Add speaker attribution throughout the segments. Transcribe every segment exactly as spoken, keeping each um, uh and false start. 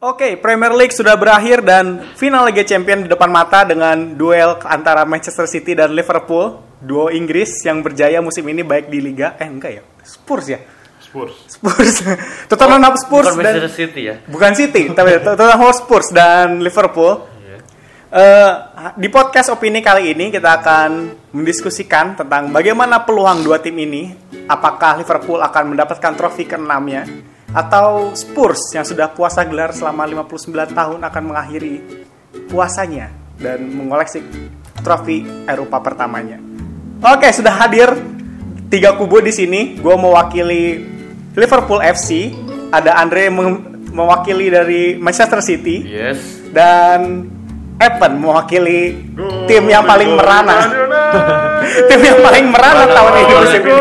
Speaker 1: Oke, Premier League sudah berakhir dan final Liga Champions di depan mata dengan duel antara Manchester City dan Liverpool, duo Inggris yang berjaya musim ini baik di Liga. Eh enggak ya, Spurs ya.
Speaker 2: Spurs.
Speaker 1: Spurs. Tottenham oh, Spurs
Speaker 3: bukan
Speaker 1: dan
Speaker 3: Manchester City ya.
Speaker 1: Bukan City, tapi Tottenham Spurs dan Liverpool. Yeah. Uh, di podcast opini kali ini kita akan mendiskusikan tentang bagaimana peluang dua tim ini. Apakah Liverpool akan mendapatkan trofi keenamnya atau Spurs yang sudah puasa gelar selama lima puluh sembilan tahun akan mengakhiri puasanya dan mengoleksi trofi Eropa pertamanya. Oke, sudah hadir tiga kubu di sini. Gue mewakili Liverpool F C, ada Andre mewakili dari Manchester City,
Speaker 3: yes,
Speaker 1: dan Evan mewakili tim yang paling merana. Tim yang paling merana tahun ini musim ini.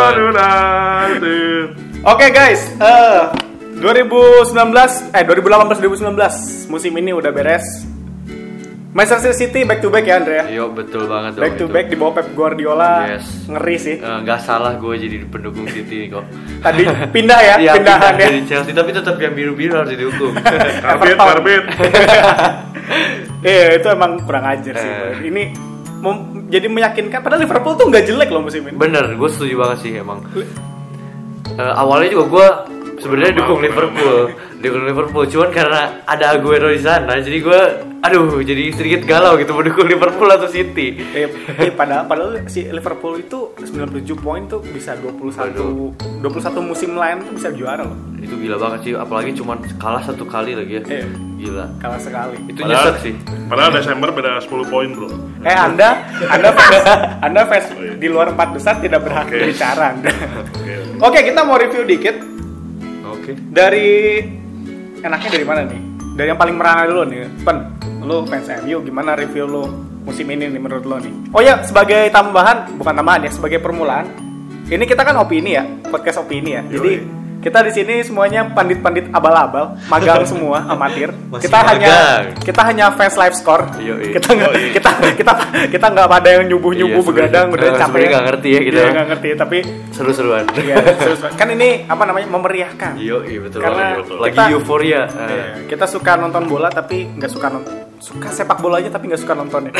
Speaker 1: Oke okay, guys, uh, dua ribu sembilan belas eh dua ribu delapan belas dua ribu sembilan belas musim ini udah beres. Manchester City back to back ya Andre.
Speaker 3: Yo betul banget
Speaker 1: dong. Back to
Speaker 3: itu.
Speaker 1: back di bawah Pep Guardiola.
Speaker 3: Yes.
Speaker 1: Ngeri sih.
Speaker 3: Enggak uh, salah gue jadi pendukung City kok.
Speaker 1: Tadi pindah ya,
Speaker 3: ya
Speaker 1: pindahan
Speaker 3: pindah
Speaker 1: ya.
Speaker 3: Dari Chelsea tapi tetap yang biru-biru harus didukung.
Speaker 2: Karbit, karbit.
Speaker 1: Iya, itu emang kurang ajar sih. Eh. Ini mem- jadi meyakinkan padahal Liverpool tuh nggak jelek loh musim ini.
Speaker 3: Bener, gue setuju banget sih emang. Uh, awalnya juga gue sebenarnya dukung Liverpool, dukung Liverpool, cuman karena ada Aguero di sana, jadi gue, aduh, jadi sedikit galau gitu mendukung Liverpool atau City.
Speaker 1: Eh, eh padahal, padahal si Liverpool itu sembilan puluh tujuh poin tuh bisa dua puluh satu, dua puluh satu musim lain tuh bisa juara loh.
Speaker 3: Itu gila banget sih, apalagi cuman kalah satu kali lagi ya.
Speaker 1: Eh,
Speaker 3: gila.
Speaker 1: Kalah sekali.
Speaker 3: Itu nyesek sih.
Speaker 2: Padahal Desember beda sepuluh poin bro.
Speaker 1: Eh anda, anda fans, anda fans di luar empat besar tidak berhak okay. berbicara. Okay. Oke, kita mau review dikit.
Speaker 3: Oke. Okay.
Speaker 1: Dari enaknya dari mana nih? Dari yang paling merana dulu nih, Pen. Lu fans M U, gimana review lu musim ini nih menurut lu nih? Oh ya, sebagai tambahan, bukan tambahan ya, sebagai permulaan. Ini kita kan opini ya, podcast opini ya. Yoi. Jadi kita di sini semuanya pandit-pandit abal-abal, magang semua, amatir.
Speaker 3: Masih
Speaker 1: kita
Speaker 3: magang.
Speaker 1: hanya kita hanya fans live score.
Speaker 3: Yoi.
Speaker 1: Kita nggak kita kita kita nggak ada yang nyubuh-nyubuh iya, begadang udah
Speaker 3: nah,
Speaker 1: capek.
Speaker 3: Nggak ngerti ya kita.
Speaker 1: Nggak ngerti tapi
Speaker 3: seru-seruan.
Speaker 1: Iya, seru-seruan. Kan ini apa namanya memeriahkan.
Speaker 3: Iya, iya betul.
Speaker 1: Karena
Speaker 3: betul. Lagi kita, euforia.
Speaker 1: Iya, kita suka nonton bola tapi nggak suka nonton. Suka sepak bolanya tapi nggak suka nontonnya.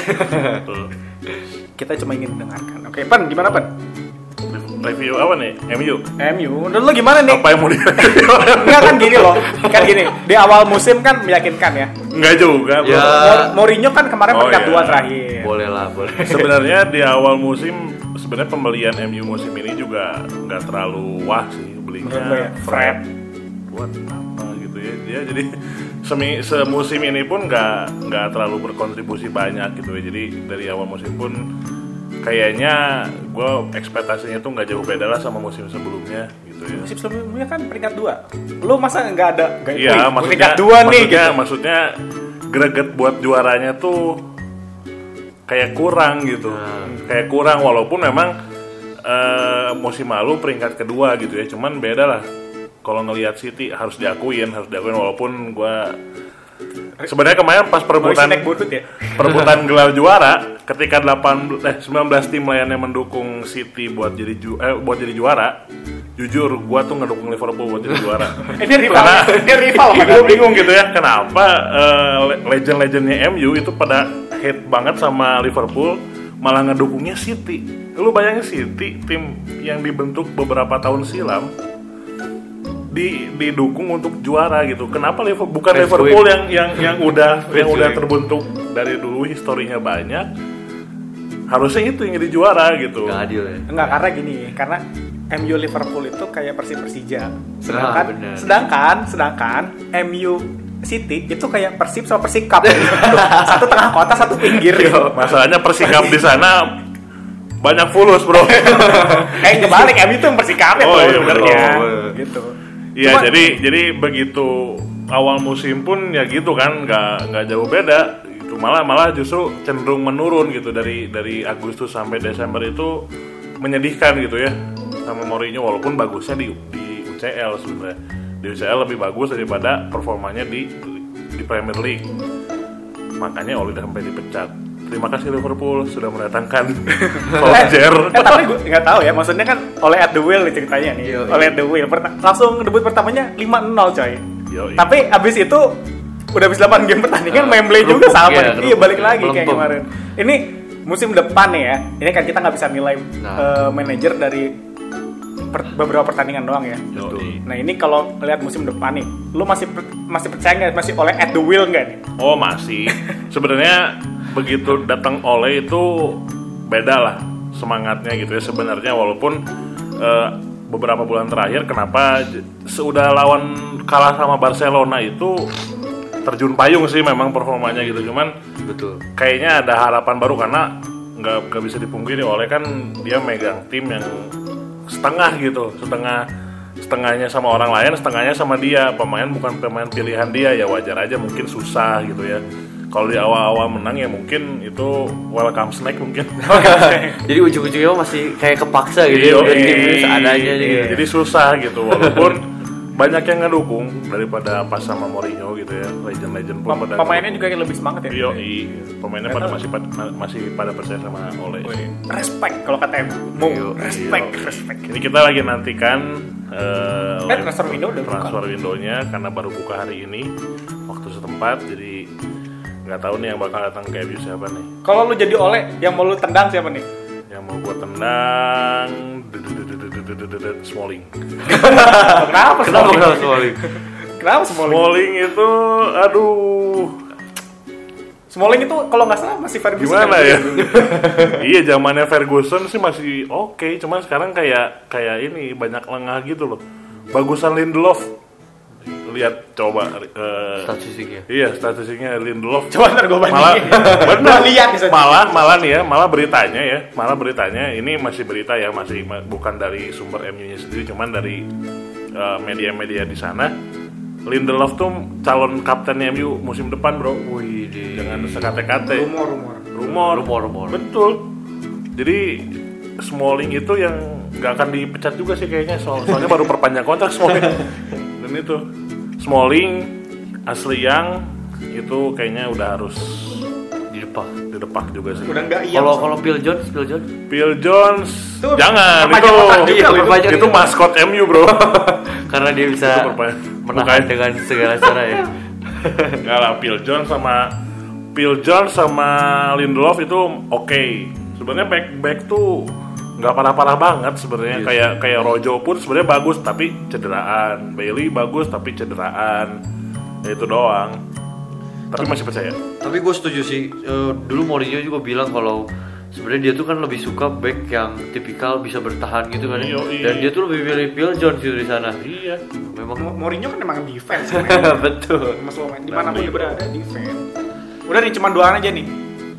Speaker 1: Kita cuma ingin mendengarkan. Oke, Pen, gimana Pen?
Speaker 2: Review apa nih? M U?
Speaker 1: M U. Menurut lo gimana nih?
Speaker 2: Apa yang mau di
Speaker 1: Enggak kan gini loh. Kan gini, di awal musim kan meyakinkan ya.
Speaker 2: Enggak juga, bro.
Speaker 1: Ya. Mourinho kan kemarin
Speaker 2: oh,
Speaker 1: peringkat
Speaker 2: iya.
Speaker 1: dua terakhir.
Speaker 3: Boleh lah, boleh.
Speaker 2: Sebenarnya di awal musim sebenarnya pembelian M U musim ini juga enggak terlalu wah sih belinya.
Speaker 1: Ya, Fred
Speaker 2: buat apa gitu ya. Dia jadi semi semusim ini pun enggak enggak terlalu berkontribusi banyak gitu ya. Jadi dari awal musim pun kayaknya gue ekspektasinya tuh nggak jauh beda lah sama musim sebelumnya gitu ya.
Speaker 1: Musim sebelumnya kan peringkat dua. Lu masa nggak ada?
Speaker 2: Iya, maksudnya
Speaker 1: peringkat dua nih.
Speaker 2: Maksudnya,
Speaker 1: gitu.
Speaker 2: maksudnya greget buat juaranya tuh kayak kurang gitu, hmm. kayak kurang walaupun memang uh, musim lalu peringkat kedua gitu ya. Cuman beda lah. Kalau ngelihat City harus diakuin, harus diakuin walaupun gue sebenarnya kemarin pas perebutan
Speaker 1: ya?
Speaker 2: perebutan gelar juara ketika delapan eh sembilan belas tim lainnya mendukung City buat jadi ju, eh buat jadi juara, jujur gua tuh ngedukung Liverpool buat jadi juara.
Speaker 1: Ini rival, ini rival.
Speaker 2: Gua bingung gitu ya, kenapa uh, legend-legendnya M U itu pada hate banget sama Liverpool, malah ngedukungnya City. Lu bayangin City, tim yang dibentuk beberapa tahun silam di didukung untuk juara gitu. Kenapa Liverpool bukan Let's Liverpool yang yang yang udah yang udah terbentuk dari dulu historinya banyak? Harusnya itu yang jadi juara gitu.
Speaker 3: Enggak adil ya.
Speaker 1: Enggak, karena gini, karena M U Liverpool itu kayak Persib Persija. Sedangkan
Speaker 3: ah,
Speaker 1: sedangkan sedangkan M U City itu kayak Persib sama Persikap. Satu tengah kota, satu pinggir.
Speaker 2: Yo, masalahnya Persikap di sana banyak fulus, Bro.
Speaker 1: Eh, kebalik, M U itu yang Persikapnya
Speaker 2: oh,
Speaker 1: tuh
Speaker 2: iya,
Speaker 1: sebenarnya.
Speaker 2: Oh,
Speaker 1: gitu.
Speaker 2: Iya, jadi jadi begitu awal musim pun ya gitu kan, nggak nggak jauh beda. Itu malah malah justru cenderung menurun gitu dari dari Agustus sampai Desember itu menyedihkan gitu ya sama Mourinho walaupun bagusnya di di U C L sebenarnya. Di U C L lebih bagus daripada performanya di di Premier League. Makanya Oli sampai dipecat. Terima kasih Liverpool sudah mendatangkan Solskjaer.
Speaker 1: Eh, tapi gue nggak tahu ya, maksudnya kan oleh at the wheel ceritanya nih. Oleh at the wheel Perta- langsung debut pertamanya lima nol coy. Yoi. Tapi abis itu udah habis delapan game pertandingan,
Speaker 3: Uh,
Speaker 1: Wembley juga sama.
Speaker 3: ya,
Speaker 1: Iya, balik lagi kayak
Speaker 3: melempem.
Speaker 1: kemarin. Ini musim depan nih ya. Ini kan kita nggak bisa nilai
Speaker 3: Nah.
Speaker 1: uh, manajer dari per- beberapa pertandingan doang ya.
Speaker 2: Yoi.
Speaker 1: Nah ini kalau lihat musim depan nih, lu masih per- masih percaya nggak masih oleh at the wheel nggak nih?
Speaker 2: Oh masih. Sebenarnya begitu datang Ole itu beda lah semangatnya gitu ya sebenarnya, walaupun eh, beberapa bulan terakhir kenapa j- sudah lawan kalah sama Barcelona itu terjun payung sih memang performanya gitu, cuman
Speaker 3: Betul.
Speaker 2: kayaknya ada harapan baru karena nggak nggak bisa dipungkiri Ole kan dia megang tim yang setengah gitu, setengah setengahnya sama orang lain, setengahnya sama dia, pemain bukan pemain pilihan dia, ya wajar aja mungkin susah gitu ya. Kalau di awal-awal menang ya mungkin itu welcome snack mungkin.
Speaker 3: Jadi ujung-ujungnya masih kayak kepaksa gitu ya,
Speaker 2: Iya,
Speaker 3: udah
Speaker 2: iya,
Speaker 3: tim seadanya
Speaker 2: iya.
Speaker 3: gitu.
Speaker 2: Jadi susah gitu, walaupun banyak yang ngedukung daripada pas sama Mourinho gitu ya, legend-legend pun
Speaker 1: Pem-
Speaker 2: pada
Speaker 1: Pemainnya
Speaker 2: ngedukung.
Speaker 1: juga yang lebih semangat ya.
Speaker 2: Iya, iya. Pemainnya pada masih pada, masih pada percaya sama Ole.
Speaker 1: Respect kalau kata Mo.
Speaker 3: Iya,
Speaker 1: Respect,
Speaker 2: iya.
Speaker 1: respect.
Speaker 2: Ini kita lagi nantikan eh,
Speaker 1: Eh, transfer window udah buka.
Speaker 2: transfer window-nya karena baru buka hari ini waktu setempat, jadi nggak tahu nih yang bakal datang ke M U siapa nih.
Speaker 1: Kalau lu jadi Ole, yang mau lu tendang siapa nih?
Speaker 2: Yang mau gua tendang dededededededededed, Smalling.
Speaker 1: Kenapa?
Speaker 3: Kenapa
Speaker 1: Smalling?
Speaker 3: kenapa Smalling?
Speaker 1: Kenapa Smalling?
Speaker 2: Smalling itu aduh
Speaker 1: Smalling itu kalau nggak salah masih Ferguson.
Speaker 2: gimana
Speaker 1: kan?
Speaker 2: ya? Iya zamannya Ferguson sih masih oke, cuman sekarang kayak kayak ini banyak lengah gitu loh. Bagusan Lindelof. Lihat coba eh,
Speaker 3: Statistiknya.
Speaker 2: iya statistiknya Lindelof.
Speaker 1: Coba ntar gue
Speaker 2: Malah
Speaker 1: bandingin.
Speaker 2: bener
Speaker 1: Gua lihat di sana.
Speaker 2: malah malah nih ya malah beritanya ya malah beritanya ini masih berita ya masih ma- bukan dari sumber M U-nya sendiri, cuman dari eh, media-media di sana. Lindelof tuh calon kapten M U musim depan bro.
Speaker 3: Wih, di
Speaker 2: Jangan sekate-kate.
Speaker 1: Rumor, rumor.
Speaker 2: Rumor.
Speaker 3: rumor rumor.
Speaker 2: Betul. Jadi Smalling itu yang nggak akan dipecat juga sih kayaknya, so- soalnya baru perpanjang kontrak Smalling. Dan itu Smalling, Ashley Young itu kayaknya udah harus
Speaker 3: Didepak.
Speaker 2: didepak juga sih.
Speaker 1: Udah nggak iya.
Speaker 3: Kalau kalau Phil Jones, Phil Jones
Speaker 2: Phil Jones,
Speaker 1: Itu
Speaker 2: jangan
Speaker 1: perpanjang
Speaker 2: itu
Speaker 1: kontrak juga,
Speaker 2: itu,
Speaker 3: perpanjang
Speaker 2: itu
Speaker 3: juga.
Speaker 2: maskot M U bro.
Speaker 3: karena dia bisa
Speaker 2: Itu perpanjang.
Speaker 3: menahan
Speaker 2: Bukan.
Speaker 3: dengan segala cara ya.
Speaker 2: Nggak lah, Phil Jones sama Phil Jones sama Lindelof itu oke. Sebenarnya back back tuh nggak parah-parah banget sebenarnya.
Speaker 3: Yes.
Speaker 2: Kayak kayak Rojo pun sebenarnya bagus tapi cederaan. Bailey bagus tapi cederaan. Ya itu doang. Tapi masih percaya.
Speaker 3: Tapi gue setuju sih. Eh, dulu Mourinho juga bilang kalau sebenarnya dia tuh kan lebih suka back yang tipikal bisa bertahan gitu kan. ya.
Speaker 2: Iya, iya.
Speaker 3: Dan dia tuh lebih milih Phil Jones gitu di sana.
Speaker 2: Iya.
Speaker 3: Memang
Speaker 1: Mo- Mourinho kan emang defense. Kan?
Speaker 3: betul.
Speaker 1: Mas Wawan, di mana pun
Speaker 2: Nah,
Speaker 1: dia berada defense. Udah nih cuma doang aja nih.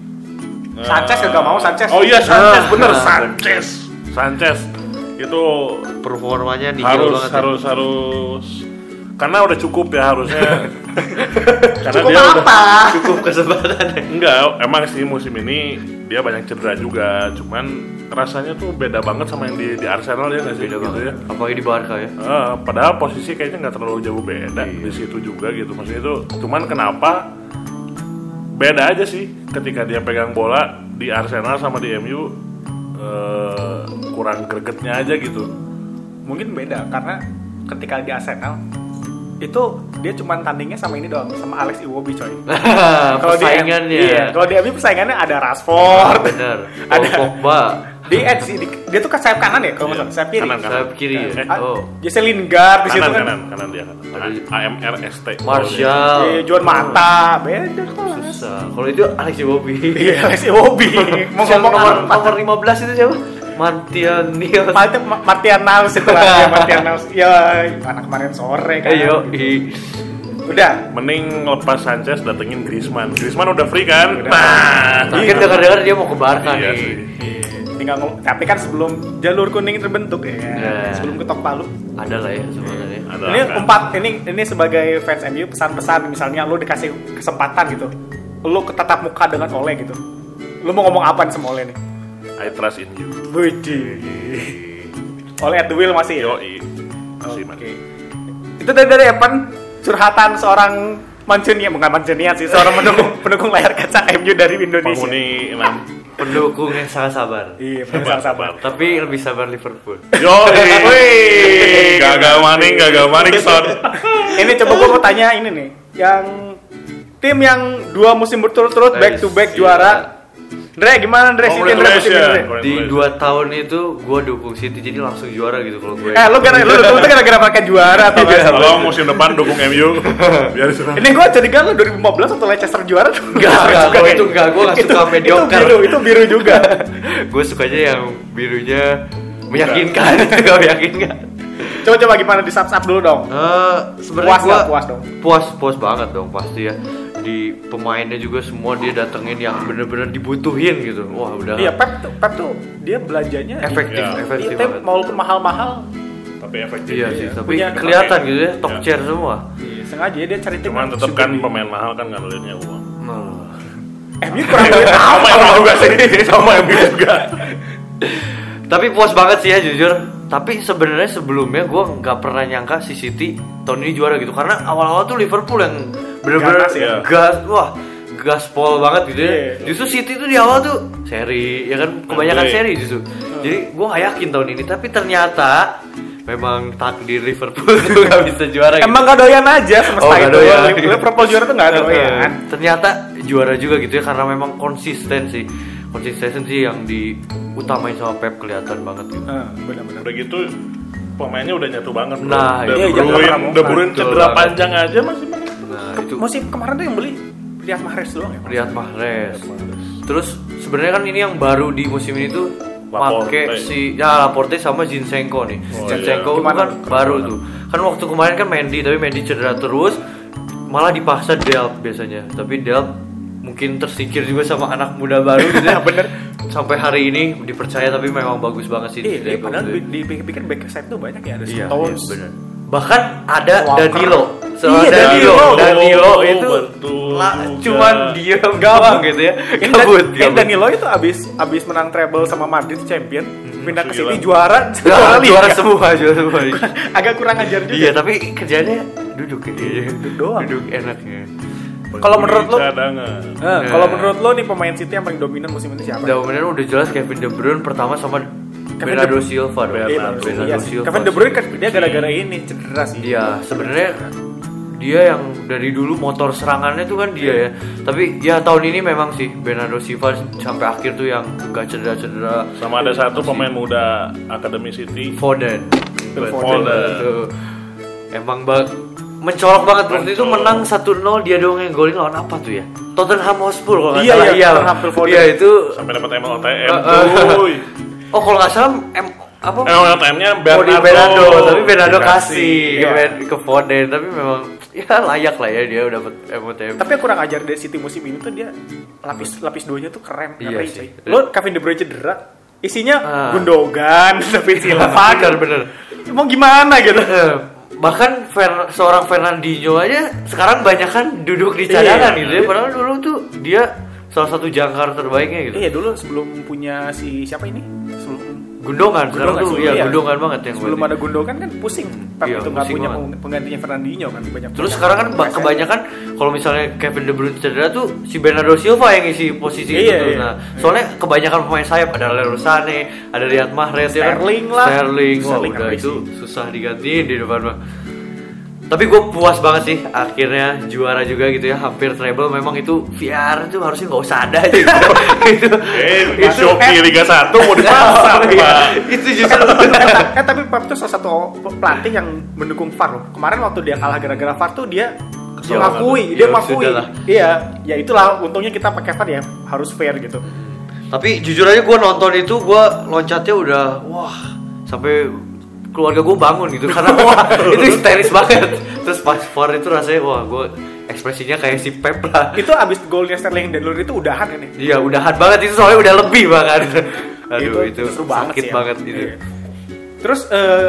Speaker 1: Sanchez kagak mau Sanchez.
Speaker 2: Oh iya Sanchez
Speaker 3: Nah,
Speaker 2: bener
Speaker 3: nah.
Speaker 2: Sanchez. Sanchez itu
Speaker 3: Performanya nihil
Speaker 2: harus
Speaker 3: banget. ya.
Speaker 2: harus harus karena udah cukup ya harusnya. Karena
Speaker 1: Cukup
Speaker 2: dia udah
Speaker 1: apa?
Speaker 3: Cukup kesempatannya.
Speaker 2: enggak, emang sih musim ini dia banyak cedera juga, cuman rasanya tuh beda banget sama yang di, di Arsenal ya nggak sih
Speaker 3: Beda
Speaker 2: gitu
Speaker 3: banget.
Speaker 2: ya.
Speaker 3: Apalagi di Barca ya.
Speaker 2: Eh, padahal posisi kayaknya nggak terlalu jauh beda
Speaker 3: Iya.
Speaker 2: di situ juga gitu, maksudnya itu cuman kenapa beda aja sih ketika dia pegang bola di Arsenal sama di M U eh, kurang gregetnya aja gitu.
Speaker 1: Mungkin beda karena ketika di Arsenal itu dia cuma tandingnya sama ini doang, sama Alex Iwobi coy. Kalau di
Speaker 3: Persaingannya.
Speaker 1: Iya, kalau di M U persaingannya ada Rashford,
Speaker 3: Bener.
Speaker 1: Ada.
Speaker 3: Ada Pogba.
Speaker 1: di edge sih, di- dia tuh kan sayap kanan ya kalau nggak salah, sayap kiri.
Speaker 2: Kanan,
Speaker 3: Sayap kiri ya.
Speaker 2: Eh,
Speaker 1: Ah,
Speaker 3: Oh.
Speaker 1: Jesse Lingard di situ
Speaker 2: Kanan
Speaker 1: kan.
Speaker 2: kanan kanan dia kanan. A M R S T.
Speaker 3: Martial.
Speaker 1: Iya, Juan Mata, beda kelas.
Speaker 3: Susah. Kalau itu Alex Iwobi.
Speaker 1: Iya, Alex Iwobi. Mau
Speaker 3: Siapa
Speaker 1: ngomong
Speaker 3: nomor
Speaker 1: apa?
Speaker 3: nomor lima belas itu siapa? Martial Niel.
Speaker 1: Mati, Martial Nals itu lah, ya, Martial Nals. Ya, anak kemarin sore kan.
Speaker 3: Ayo, i.
Speaker 1: Udah.
Speaker 2: Mending lepas Sanchez datengin Griezmann. Griezmann udah free kan?
Speaker 1: Udah.
Speaker 2: Nah,
Speaker 3: Tapi kan dengar-dengar dia mau ke Barca
Speaker 2: iya
Speaker 3: nih.
Speaker 2: sih.
Speaker 1: Tinggal ngomong, tapi kan sebelum jalur kuning terbentuk ya,
Speaker 3: Ya.
Speaker 1: sebelum ketok palu.
Speaker 3: Ada lah ya sebenarnya.
Speaker 2: Ada
Speaker 1: Ini
Speaker 2: kan?
Speaker 1: empat, ini ini sebagai fans M U pesan-pesan, misalnya lu dikasih kesempatan gitu, lu ketatap muka dengan Ole gitu, lu mau ngomong apa nih sama Ole nih?
Speaker 2: I trust in you.
Speaker 1: Widih. Ole at the wheel masih ya?
Speaker 2: Yoi. Masih
Speaker 1: Oke.
Speaker 2: man.
Speaker 1: Itu dari dari Evan, curhatan seorang Mancunian, bukan Mancunian sih, seorang pendukung pendukung layar kaca M U dari Indonesia.
Speaker 2: Penghuni enam.
Speaker 3: Pendukung yang sangat sabar.
Speaker 1: Iya, sabar sabar.
Speaker 3: Tapi lebih sabar Liverpool.
Speaker 2: Yoi. Gagal maning, gagal maning son.
Speaker 1: Ini coba gua mau tanya ini nih, yang tim yang dua musim berturut-turut back to back
Speaker 3: Iya.
Speaker 1: juara. Dre, gimana Dre City Dre musim ini Dre?
Speaker 3: Di dua tahun itu gue dukung City jadi langsung juara gitu kalau gue.
Speaker 1: Eh, lu gara lu dukung tuh gara-gara mereka juara atau
Speaker 3: Iya,
Speaker 1: enggak?
Speaker 2: Kalau musim depan dukung M U. Biar serang.
Speaker 1: Ini gua jadi galau dua ribu lima belas atau Leicester juara tuh.
Speaker 3: Enggak, enggak, kalau itu enggak, gue gak suka mediocre.
Speaker 1: Itu biru, itu biru juga.
Speaker 3: Gue sukanya yang birunya meyakinkan, itu gak meyakinkan.
Speaker 1: Coba coba gimana di sub-sub dulu dong.
Speaker 3: Eh, sebenarnya
Speaker 1: Puas
Speaker 3: gua
Speaker 1: nggak? Puas dong?
Speaker 3: Puas, puas banget dong pasti ya. Di pemainnya juga semua dia datengin yang bener-bener dibutuhin gitu. Wah udah.
Speaker 1: Iya, Pep tuh, Pep tuh dia belanjanya
Speaker 3: Efektif,
Speaker 2: Iya.
Speaker 3: efektif
Speaker 1: Iya, tapi
Speaker 3: banget.
Speaker 1: walaupun mahal-mahal,
Speaker 2: Tapi efektif.
Speaker 3: Iya sih, tapi
Speaker 1: Punya-
Speaker 3: kelihatan gitu ya, top
Speaker 2: Iya.
Speaker 3: chair semua.
Speaker 1: iya, sengaja dia cari tim.
Speaker 2: Cuman
Speaker 1: yang
Speaker 2: tetap
Speaker 1: super
Speaker 2: kan
Speaker 1: big.
Speaker 2: pemain mahal kan nggak ngeliatnya uang.
Speaker 1: M U kurang duit
Speaker 2: Sama
Speaker 1: apa?
Speaker 2: M U juga sih. Sama M U juga.
Speaker 3: Tapi puas banget sih ya jujur. Tapi sebenarnya sebelumnya gue nggak pernah nyangka si City tahun ini juara gitu karena awal-awal tuh Liverpool yang bener-bener
Speaker 1: Ganas ya.
Speaker 3: gas, wah gaspol banget gitu ya.
Speaker 1: Iya.
Speaker 3: Justru City tuh di awal tuh seri, ya kan kebanyakan
Speaker 2: Oke.
Speaker 3: seri justru. Jadi gue nggak yakin tahun ini, tapi ternyata memang takdir Liverpool tuh nggak bisa juara. gitu.
Speaker 1: Emang gak doyan aja semesta
Speaker 3: Oh, nggak
Speaker 1: itu.
Speaker 3: doyan.
Speaker 1: Liverpool juara tuh gak doyan.
Speaker 3: Ternyata juara juga gitu ya karena memang konsisten sih. Konsisten sih yang diutamain sama Pep kelihatan banget gitu.
Speaker 1: Eh, benar-benar.
Speaker 2: Udah gitu pemainnya udah nyatu banget. Bro.
Speaker 3: Nah,
Speaker 2: De
Speaker 1: iya, jangan
Speaker 2: Bruyne,
Speaker 1: pernah
Speaker 2: De Bruyne
Speaker 3: betul
Speaker 2: cedera
Speaker 3: banget.
Speaker 2: panjang aja masih main.
Speaker 3: Nah,
Speaker 1: Ke-
Speaker 3: itu
Speaker 1: Musim kemarin tuh yang beli Riyad Mahrez doang ya.
Speaker 3: Riyad Mahrez. Terus sebenarnya kan ini yang baru di musim ini tuh
Speaker 2: Laporte.
Speaker 3: pakai si ya Laporte sama Zinchenko nih.
Speaker 2: Oh,
Speaker 3: Zinchenko
Speaker 1: iya.
Speaker 3: itu
Speaker 1: Gimana?
Speaker 3: kan baru tuh. Kan waktu kemarin kan Mendy tapi Mendy cedera terus malah dipaksa Delp biasanya. Tapi Delp mungkin tersingkir juga sama anak muda baru gitu ya.
Speaker 1: Bener.
Speaker 3: Sampai hari ini dipercaya tapi memang bagus banget sih
Speaker 1: Iya, iya,
Speaker 3: Zinchenko
Speaker 1: padahal
Speaker 3: gitu.
Speaker 1: di- dipikir-pikir back side tuh banyak ya, ada
Speaker 3: Iya,
Speaker 1: Stones.
Speaker 3: iya, bener. Bahkan ada
Speaker 1: Walker.
Speaker 3: Danilo. Soal
Speaker 1: Iya,
Speaker 3: Danilo,
Speaker 1: Danilo.
Speaker 3: Danilo
Speaker 2: Oh,
Speaker 3: itu
Speaker 2: betul
Speaker 3: lah,
Speaker 2: juga.
Speaker 3: cuman dia gawang gitu ya.
Speaker 1: Ini
Speaker 3: Gabut,
Speaker 1: Dan- ini
Speaker 3: gabut.
Speaker 1: Danilo itu abis abis menang treble sama Madrid champion, pindah ke
Speaker 2: gila.
Speaker 1: City juara,
Speaker 3: Nah,
Speaker 1: Liga.
Speaker 3: juara semua, juara semua.
Speaker 1: Agak kurang ajar juga.
Speaker 3: Iya, tapi kerjanya duduk ya.
Speaker 1: Duduk doang.
Speaker 3: Duduk enaknya.
Speaker 1: Kalau menurut lo,
Speaker 2: cadangan.
Speaker 1: Eh, kalau menurut lo nih pemain City yang paling dominan musim ini siapa?
Speaker 3: Udah bener udah jelas Kevin De Bruyne pertama sama
Speaker 1: Kevin
Speaker 3: Bernardo
Speaker 1: De-
Speaker 3: Silva dong.
Speaker 1: Iya,
Speaker 2: Bernardo.
Speaker 1: bagus.
Speaker 3: Bernardo
Speaker 1: Iya sih.
Speaker 3: Silva
Speaker 1: Kevin De
Speaker 3: sih.
Speaker 1: Bruyne kan dia gara-gara ini cedera sih.
Speaker 3: Iya, sebenarnya dia yang dari dulu motor serangannya tuh kan dia ya. Tapi ya tahun ini memang sih Bernardo Silva sampai akhir tuh yang gak cedera-cedera.
Speaker 2: Sama ada satu pemain muda Akademi City.
Speaker 3: Foden.
Speaker 1: Phil
Speaker 3: Betul.
Speaker 2: Foden.
Speaker 3: Tuh. Emang bang mencolok banget waktu itu
Speaker 2: Mencolok.
Speaker 3: menang satu nol dia doang yang golin lawan apa tuh ya? Tottenham Hotspur kalau nggak
Speaker 1: Iya,
Speaker 3: salah.
Speaker 1: iya, Tottenham Phil Foden.
Speaker 3: Iya itu.
Speaker 2: Sampai dapat M L T M.
Speaker 3: Uh, uh.
Speaker 2: Cuy.
Speaker 3: Oh kalau nggak salah M apa?
Speaker 2: M L T M-nya
Speaker 3: Oh di
Speaker 2: Bernardo.
Speaker 3: Bernardo, tapi Bernardo
Speaker 2: Dikasih.
Speaker 3: kasih ke,
Speaker 1: Iya.
Speaker 3: Ben- ke Foden, tapi memang ya layak lah ya dia udah dapet M O T M.
Speaker 1: Tapi yang kurang ajar dari City musim ini tuh dia lapis lapis duanya tuh keren,
Speaker 3: Iya
Speaker 1: ngeri,
Speaker 3: sih.
Speaker 1: coy. Lo Kevin De Bruyne cedera, isinya
Speaker 3: Ah.
Speaker 1: Gundogan, David Silva.
Speaker 3: Bener bener.
Speaker 1: Mau gimana gitu?
Speaker 3: Eh, bahkan Fer- seorang Fernandinho aja sekarang banyak kan duduk di cadangan
Speaker 1: Iya.
Speaker 3: gitu ya. Padahal dulu tuh dia salah satu jangkar terbaiknya gitu.
Speaker 1: Iya dulu sebelum punya si siapa ini? Sebelum
Speaker 3: Gundongan, sekarang
Speaker 1: Gundogan,
Speaker 3: tuh
Speaker 1: sebelum-
Speaker 3: ya
Speaker 1: iya.
Speaker 3: Gundongan banget yang
Speaker 1: sebelum
Speaker 3: berarti.
Speaker 1: ada Gundogan kan pusing. Pep
Speaker 3: Iya,
Speaker 1: itu nggak
Speaker 3: pusing
Speaker 1: punya
Speaker 3: banget.
Speaker 1: peng- penggantinya Fernandinho kan banyak.
Speaker 3: Terus
Speaker 1: banyak-
Speaker 3: sekarang kan ba-
Speaker 1: banyak-
Speaker 3: kebanyakan kalau misalnya Kevin De Bruyne cedera tuh si Bernardo Silva yang ngisi posisi itu
Speaker 1: Iya,
Speaker 3: tuh.
Speaker 1: iya.
Speaker 3: Nah, soalnya kebanyakan pemain sayap ada Leroy Sané, ada Riyad Mahrez ya kan.
Speaker 1: Sterling lah.
Speaker 3: Sterling, wah
Speaker 1: Sterling
Speaker 3: udah
Speaker 1: ngeri
Speaker 3: itu
Speaker 1: sih.
Speaker 3: susah digantiin di depan mah. Tapi gue puas banget sih akhirnya juara juga gitu ya, hampir treble. Memang itu V R itu harusnya nggak usah ada gitu. itu
Speaker 2: Eh,
Speaker 3: itu
Speaker 2: Shopee Liga satu mau dipasang,
Speaker 3: Iya,
Speaker 2: Pak.
Speaker 3: itu justru
Speaker 1: eh tapi Pep tuh salah satu pelatih yang mendukung V A R loh. Kemarin waktu dia kalah gara-gara V A R tuh dia
Speaker 3: Ya,
Speaker 1: mengakui,
Speaker 3: ya,
Speaker 1: dia mengakui.
Speaker 3: sudah lah.
Speaker 1: Iya, ya itulah untungnya kita pakai V A R ya, harus fair gitu.
Speaker 3: Tapi jujur aja gue nonton itu gue loncatnya udah wah sampai keluarga gue bangun gitu karena wah itu histeris banget. Terus pas V A R itu rasanya wah gue ekspresinya kayak si Pep lah.
Speaker 1: Itu abis golnya Sterling dan Lur itu udahan ini.
Speaker 3: Iya udahan banget itu soalnya udah lebih bahkan. Aduh itu,
Speaker 1: seru banget
Speaker 3: sakit
Speaker 1: sih ya.
Speaker 3: banget itu.
Speaker 1: Iya. Terus eh,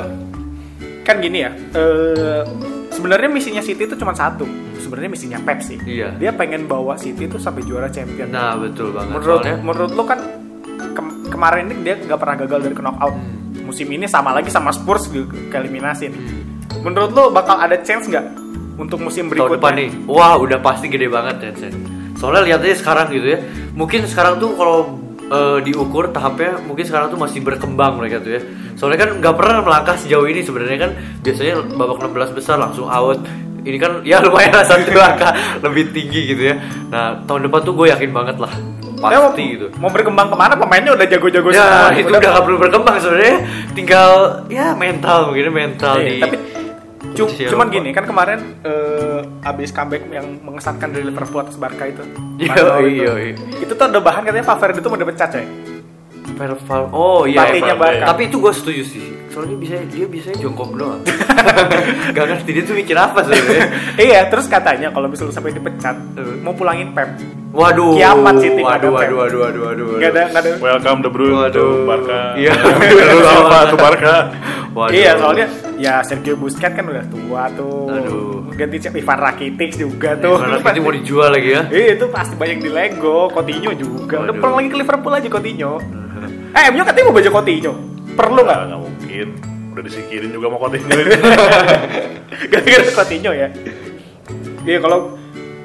Speaker 1: kan gini ya, eh, sebenarnya misinya City itu cuma satu. Sebenarnya misinya Pep sih.
Speaker 3: Iya.
Speaker 1: Dia pengen bawa City itu sampai juara champion.
Speaker 3: Nah betul banget.
Speaker 1: menurut
Speaker 3: soalnya
Speaker 1: menurut lo kan ke- kemarin ini dia nggak pernah gagal dari knockout. Musim ini sama lagi sama Spurs ke ke eliminasi nih. Menurut lo bakal ada chance nggak untuk musim
Speaker 3: tahun
Speaker 1: berikutnya?
Speaker 3: depan nih, wah udah pasti gede banget Tencent. Soalnya lihat aja sekarang gitu ya. Mungkin sekarang tuh kalau eh, diukur tahapnya mungkin sekarang tuh masih berkembang mereka tuh ya. Soalnya kan nggak pernah melangkah sejauh ini sebenarnya kan biasanya babak enam belas besar langsung out. ini kan ya lumayan lah satu angka lebih tinggi gitu ya. Nah tahun depan tuh gue yakin banget lah pasti
Speaker 1: mau,
Speaker 3: gitu.
Speaker 1: Mau berkembang kemana pemainnya udah jago-jago
Speaker 3: ya,
Speaker 1: semua.
Speaker 3: Itu udah nggak perlu berkembang sebenarnya, tinggal ya mental mungkin mental
Speaker 1: iya,
Speaker 3: di.
Speaker 1: Tapi cu-
Speaker 3: Siapa?
Speaker 1: cuman gini kan kemarin uh, abis comeback yang mengesankan dari Liverpool atas Barca itu.
Speaker 3: Iya
Speaker 1: Mario
Speaker 3: iya
Speaker 1: itu.
Speaker 3: iya.
Speaker 1: Itu tuh ada bahan katanya Valverde itu mau dipecat coy.
Speaker 3: Perval. Oh iya.
Speaker 1: Pelatihnya Barca.
Speaker 3: Tapi itu gue setuju sih. Soalnya bisa dia biasanya jongkok doang. Gak ngerti dia tuh mikir apa sebenarnya.
Speaker 1: Iya, terus katanya kalau misalnya sampai dipecat, mau pulangin Pep.
Speaker 3: Waduh.
Speaker 1: Kiamat sih tim
Speaker 3: Waduh
Speaker 1: ada Pep.
Speaker 3: waduh waduh waduh waduh.
Speaker 1: Gak ada gak ada.
Speaker 2: Welcome De Bruyne
Speaker 3: Waduh.
Speaker 2: to Barca.
Speaker 3: Iya.
Speaker 2: Silva to Barca.
Speaker 3: Waduh.
Speaker 1: Iya, soalnya ya Sergio Busquets kan udah tua tuh.
Speaker 3: Aduh.
Speaker 1: Ganti siapa? Ivan Rakitic juga tuh.
Speaker 3: Karena nanti mau dijual lagi ya.
Speaker 1: Iya, itu pasti banyak di Lego. Coutinho juga. Udah
Speaker 3: Waduh.
Speaker 1: pulang lagi ke Liverpool aja Coutinho. Eh, M U katanya mau baca Coutinho. Perlu nggak?
Speaker 2: Nggak mungkin. Udah disikirin juga mau Coutinho.
Speaker 1: Gara-gara Coutinho ya. Iya, kalau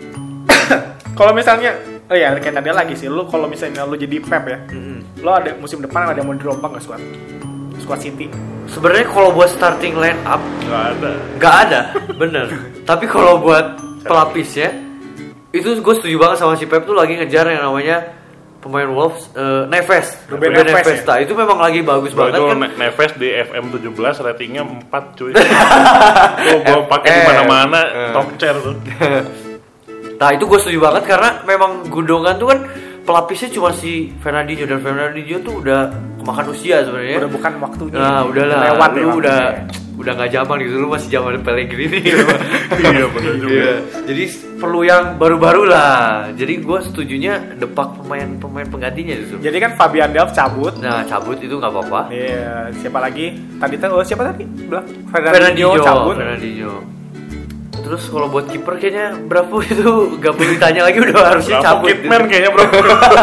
Speaker 1: kalau misalnya oh ya kayak tadi lagi sih, lu kalau misalnya lu jadi Pep ya,
Speaker 3: Mm-hmm.
Speaker 1: lu ada musim depan ada yang mau dirombak nggak squad? Squad City.
Speaker 3: Sebenarnya kalau buat starting line up
Speaker 2: Nggak ada.
Speaker 3: nggak ada, bener. Tapi kalau buat pelapis ya, itu gue setuju banget sama si Pep tuh lagi ngejar yang namanya pemain Wolves, uh, Neves,
Speaker 1: Ruben
Speaker 3: Ruben
Speaker 1: Neves,
Speaker 3: Neves.
Speaker 1: ya?
Speaker 3: Nah, itu memang lagi bagus
Speaker 2: Bro,
Speaker 3: banget
Speaker 2: itu
Speaker 3: kan.
Speaker 2: Ne- Neves di F M tujuh belas ratingnya empat cuy. Tuh gua pakai di mana-mana
Speaker 3: Eh.
Speaker 2: top chair tuh.
Speaker 3: Nah itu gue setuju banget karena memang Gundogan tuh kan pelapisnya cuma si Fernandinho, dan Fernandinho tuh udah kemakan usia sebenarnya.
Speaker 1: Udah bukan waktunya.
Speaker 3: Nah udahlah,
Speaker 1: Lewat
Speaker 3: lu
Speaker 1: ya
Speaker 3: udah
Speaker 1: waktunya.
Speaker 3: udah nggak zaman gitu, lu masih zaman Pellegrini.
Speaker 2: Iya benar juga.
Speaker 3: Iya. Jadi perlu yang baru-baru lah. Jadi gue setujunya depak pemain-pemain penggantinya justru.
Speaker 1: Jadi kan Fabian Delph cabut.
Speaker 3: Nah cabut itu nggak apa-apa.
Speaker 1: Iya, siapa lagi? Tadi tuh oh, siapa tadi? Bilang
Speaker 3: Fernandinho
Speaker 1: cabut.
Speaker 3: Fernandinho. Terus kalau buat kiper kayaknya berapa itu gak perlu ditanya lagi, udah harusnya
Speaker 2: Bravo
Speaker 3: cabut.
Speaker 2: Kidman kayaknya bro.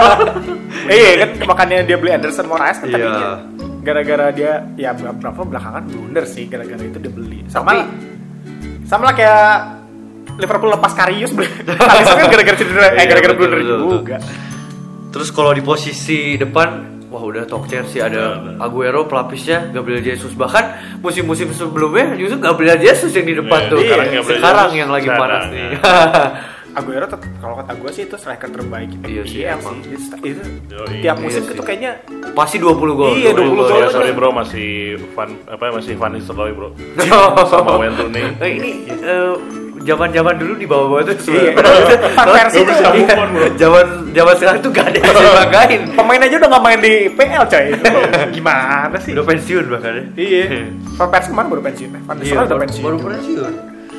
Speaker 1: Iya kan makanya dia beli Anderson Moraes kan
Speaker 3: Iya.
Speaker 1: tadinya. Gara-gara dia ya berapa belakangan blunder sih gara-gara itu dia beli. Sama
Speaker 3: Tapi-
Speaker 1: sama lah kayak Liverpool lepas Karius beli. Alisson kan gara-gara cedera, eh
Speaker 3: Iya,
Speaker 1: gara-gara
Speaker 3: betul,
Speaker 1: blunder
Speaker 3: betul,
Speaker 1: juga.
Speaker 3: Terus kalau di posisi depan, wah udah top chair sih, ada Aguero pelapisnya, Gabriel Jesus. Bahkan musim-musim sebelumnya justru Gabriel Jesus yang di depan
Speaker 2: Iya,
Speaker 3: tuh.
Speaker 1: iya,
Speaker 3: sekarang
Speaker 2: Gabriel
Speaker 3: sekarang
Speaker 2: Jesus
Speaker 3: yang lagi
Speaker 2: sekarang,
Speaker 3: panas
Speaker 2: ya.
Speaker 3: nih.
Speaker 1: Aguero tetap kalau kata gue sih itu striker terbaik
Speaker 3: Iya sih,
Speaker 1: I P L
Speaker 3: emang.
Speaker 1: sih. Itu, itu
Speaker 2: Yoi,
Speaker 1: tiap
Speaker 3: iya
Speaker 1: musim
Speaker 3: sih.
Speaker 1: itu kayaknya
Speaker 3: Pasti dua puluh gol.
Speaker 1: Iya, dua puluh gol.
Speaker 2: Ya sorry bro, masih Van apa masih Van Nistelrooy bro.
Speaker 3: Sama
Speaker 2: Sama Wayne Rooney.
Speaker 3: Nah, ini eh, zaman-zaman dulu di bawah-bawah tuh.
Speaker 1: Iya. Van Persie
Speaker 3: Iya,
Speaker 1: tuh
Speaker 2: bisa
Speaker 3: iya.
Speaker 2: move on, bro.
Speaker 3: Zaman zaman sekarang tuh gak ada yang dibanggain.
Speaker 1: pemain aja udah nggak main di P L coy. Itu gimana sih?
Speaker 3: Udah pensiun bahkan ya.
Speaker 1: Iya. Van Persie kemarin baru pensiun. Van Nistelrooy udah pensiun.
Speaker 3: baru
Speaker 1: juga.
Speaker 3: pensiun.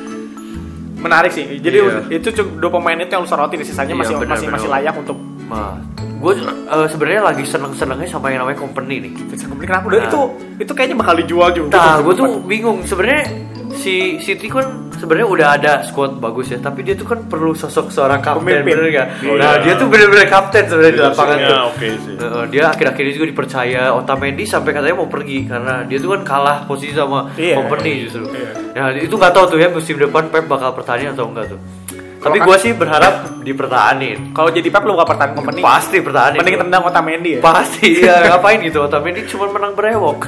Speaker 1: Menarik sih. Jadi
Speaker 3: Iya.
Speaker 1: itu cu- dua pemain itu yang lu sorotin, sisanya
Speaker 3: Iya,
Speaker 1: masih
Speaker 3: benar,
Speaker 1: masih
Speaker 3: benar.
Speaker 1: masih layak untuk
Speaker 3: Nah, gue uh, sebenarnya lagi seneng-senengnya sama yang namanya company nih.
Speaker 1: Vincent Kompany. Kenapa? Udah
Speaker 3: Nah.
Speaker 1: itu itu kayaknya bakal dijual juga.
Speaker 3: Nah, gue tuh bingung sebenarnya si City kan sebenarnya udah ada squad bagus ya, tapi dia tuh kan perlu sosok seorang kapten,
Speaker 1: Pemimpin.
Speaker 3: bener nggak?
Speaker 2: Oh,
Speaker 3: Nah,
Speaker 2: iya.
Speaker 3: dia tuh bener-bener kapten sebenarnya di lapangan
Speaker 2: Leadership-nya
Speaker 3: tuh.
Speaker 2: oke sih.
Speaker 3: Uh, dia akhir-akhir ini juga dipercaya Otamendi sampai katanya mau pergi karena dia tuh kan kalah posisi sama
Speaker 1: Iya.
Speaker 3: Company justru.
Speaker 1: Iya.
Speaker 3: Ya itu nggak tahu tuh ya musim depan Pep bakal pertahanin atau enggak tuh. Tapi
Speaker 1: Kalau
Speaker 3: gue sih berharap dipertahanin.
Speaker 1: Kalau jadi Pep lu gak pertahanan Kompany.
Speaker 3: Pasti pertahanin.
Speaker 1: Mending tendang Otamendi ya.
Speaker 3: Pasti ya, ngapain gitu Otamendi cuma menang berewok.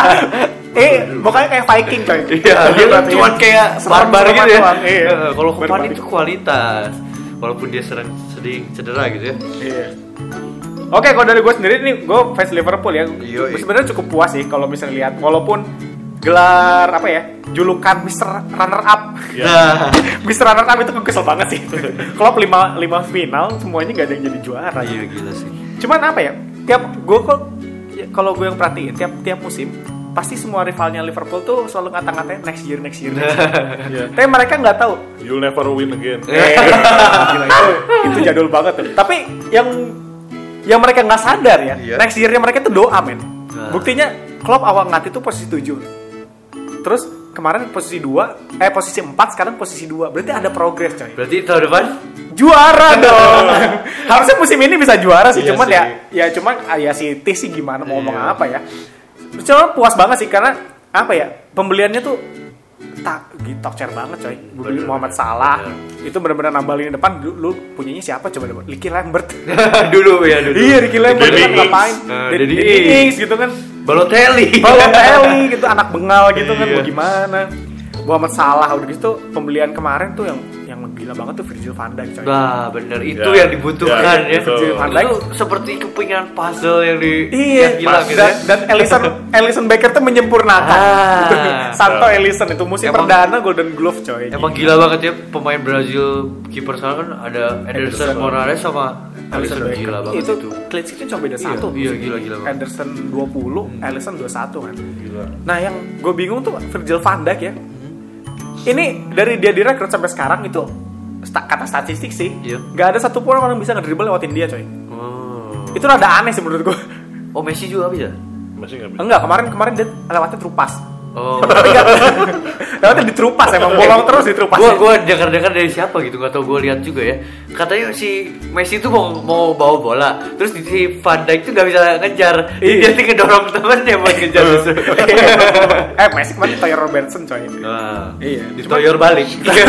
Speaker 1: eh, pokoknya kayak Viking coy.
Speaker 3: Iya, dia kan cuma kayak barbar gitu ya.
Speaker 1: doang, iya.
Speaker 3: Eh, Kalau Kompany
Speaker 1: Barbar.
Speaker 3: itu kualitas. Walaupun dia sering sedih cedera gitu ya.
Speaker 1: Iya. Oke, kalau dari gue sendiri nih, gue fans Liverpool ya.
Speaker 3: Iya, iya.
Speaker 1: Sebenarnya cukup puas sih kalau misalnya lihat, walaupun gelar apa ya, julukan mister Runner Up.
Speaker 2: Iya.
Speaker 3: Nah,
Speaker 1: mister Runner Up itu kesel banget sih. Klub lima lima final semuanya nggak ada yang jadi juara.
Speaker 3: iya gila sih.
Speaker 1: Cuman apa ya? Tiap gue kok ya, kalau gue yang perhatiin tiap tiap musim pasti semua rivalnya Liverpool tuh selalu ngata-ngatain next year next year. Next year.
Speaker 2: Iya.
Speaker 1: Tapi mereka nggak tahu.
Speaker 2: You'll never win again.
Speaker 1: Eh, gila, itu, itu jadul banget tuh. Tapi yang yang mereka nggak sadar ya,
Speaker 3: Iya.
Speaker 1: next year-nya mereka tuh doa men.
Speaker 3: Nah.
Speaker 1: Buktinya Klopp awal ngelatih tuh posisi tujuh. Terus kemarin posisi dua, eh posisi empat, sekarang posisi dua. Berarti ada progres coy.
Speaker 3: Berarti tahun depan
Speaker 1: Juara dong. Harusnya musim ini bisa juara sih,
Speaker 3: Iya
Speaker 1: cuman
Speaker 3: sih.
Speaker 1: ya ya cuman ah, ya City sih gimana mau ngomong
Speaker 3: Iya.
Speaker 1: apa ya. Cuma puas banget sih karena apa ya? Pembeliannya tuh tak gitu talk banget coy. Beli
Speaker 3: Bener,
Speaker 1: Muhammad
Speaker 3: bener,
Speaker 1: Salah.
Speaker 3: bener.
Speaker 1: Itu benar-benar nambah lini depan. Lu, lu punyanya siapa coba dapat? Ricky Lambert.
Speaker 3: dulu ya dulu.
Speaker 1: Iya, Ricky Lambert
Speaker 2: Danny
Speaker 1: kan
Speaker 2: Ings.
Speaker 1: ngapain?
Speaker 3: Nah,
Speaker 1: Danny
Speaker 3: Danny
Speaker 1: Ings
Speaker 3: Ings.
Speaker 1: gitu kan.
Speaker 3: Balotelli.
Speaker 1: Balotelli gitu anak bengal gitu kan
Speaker 3: Iya.
Speaker 1: mau gimana. Muhammad Salah udah gitu pembelian kemarin tuh yang yang gila banget tuh Virgil van Dijk coy.
Speaker 3: Nah, bener itu
Speaker 2: Ya,
Speaker 3: yang dibutuhkan
Speaker 2: ya,
Speaker 3: ya.
Speaker 2: betul.
Speaker 3: Virgil van Dijk
Speaker 1: Itu
Speaker 3: tuh seperti kepingan puzzle yang di
Speaker 1: Iya,
Speaker 3: yang gila gitu
Speaker 1: dan,
Speaker 3: ya.
Speaker 1: dan Alisson Alisson Becker tuh menyempurnakan.
Speaker 3: Ah.
Speaker 1: Santo Alisson itu musim
Speaker 3: Emang-
Speaker 1: perdana Golden Glove coy.
Speaker 3: Emang gila banget ya pemain Brazil kiper sekarang kan ada Ederson
Speaker 1: Ederson.
Speaker 3: Moraes sama
Speaker 1: Alisson
Speaker 3: Alisson
Speaker 1: Becker.
Speaker 3: gila banget
Speaker 1: itu.
Speaker 3: itu.
Speaker 1: Clean sheet-nya cuma beda
Speaker 3: Iya,
Speaker 1: satu.
Speaker 3: iya, gila, gila banget.
Speaker 1: Anderson dua puluh, Alisson dua puluh satu kan.
Speaker 2: Gila.
Speaker 1: Nah, yang gue bingung tuh Virgil van Dijk ya. Ini dari dia direkrut sampai sekarang itu sta- kata statistik sih,
Speaker 3: Iya.
Speaker 1: nggak ada satupun orang yang bisa ngedribble lewatin dia coy.
Speaker 3: Oh.
Speaker 1: Itu rada aneh sih menurut gue.
Speaker 3: Oh, Messi juga bisa.
Speaker 2: Masih nggak bisa.
Speaker 1: Enggak, kemarin kemarin dia lewatnya terupas.
Speaker 3: Oh.
Speaker 1: Tapi nggak- lewatnya di terupas emang bolong terus di terupas.
Speaker 3: Gua gua dengar-dengar dari siapa gitu, nggak tahu, gua lihat juga ya. Katanya si Messi tuh mau mau bawa bola, terus si Van Dijk tuh nggak bisa ngejar.
Speaker 1: Iya.
Speaker 3: Dia tuh ngedorong temennya buat ngejar justru.
Speaker 1: eh Messi kemarin Toya Robertson coy.
Speaker 3: Nah,
Speaker 1: Iya.
Speaker 3: ditoyor balik.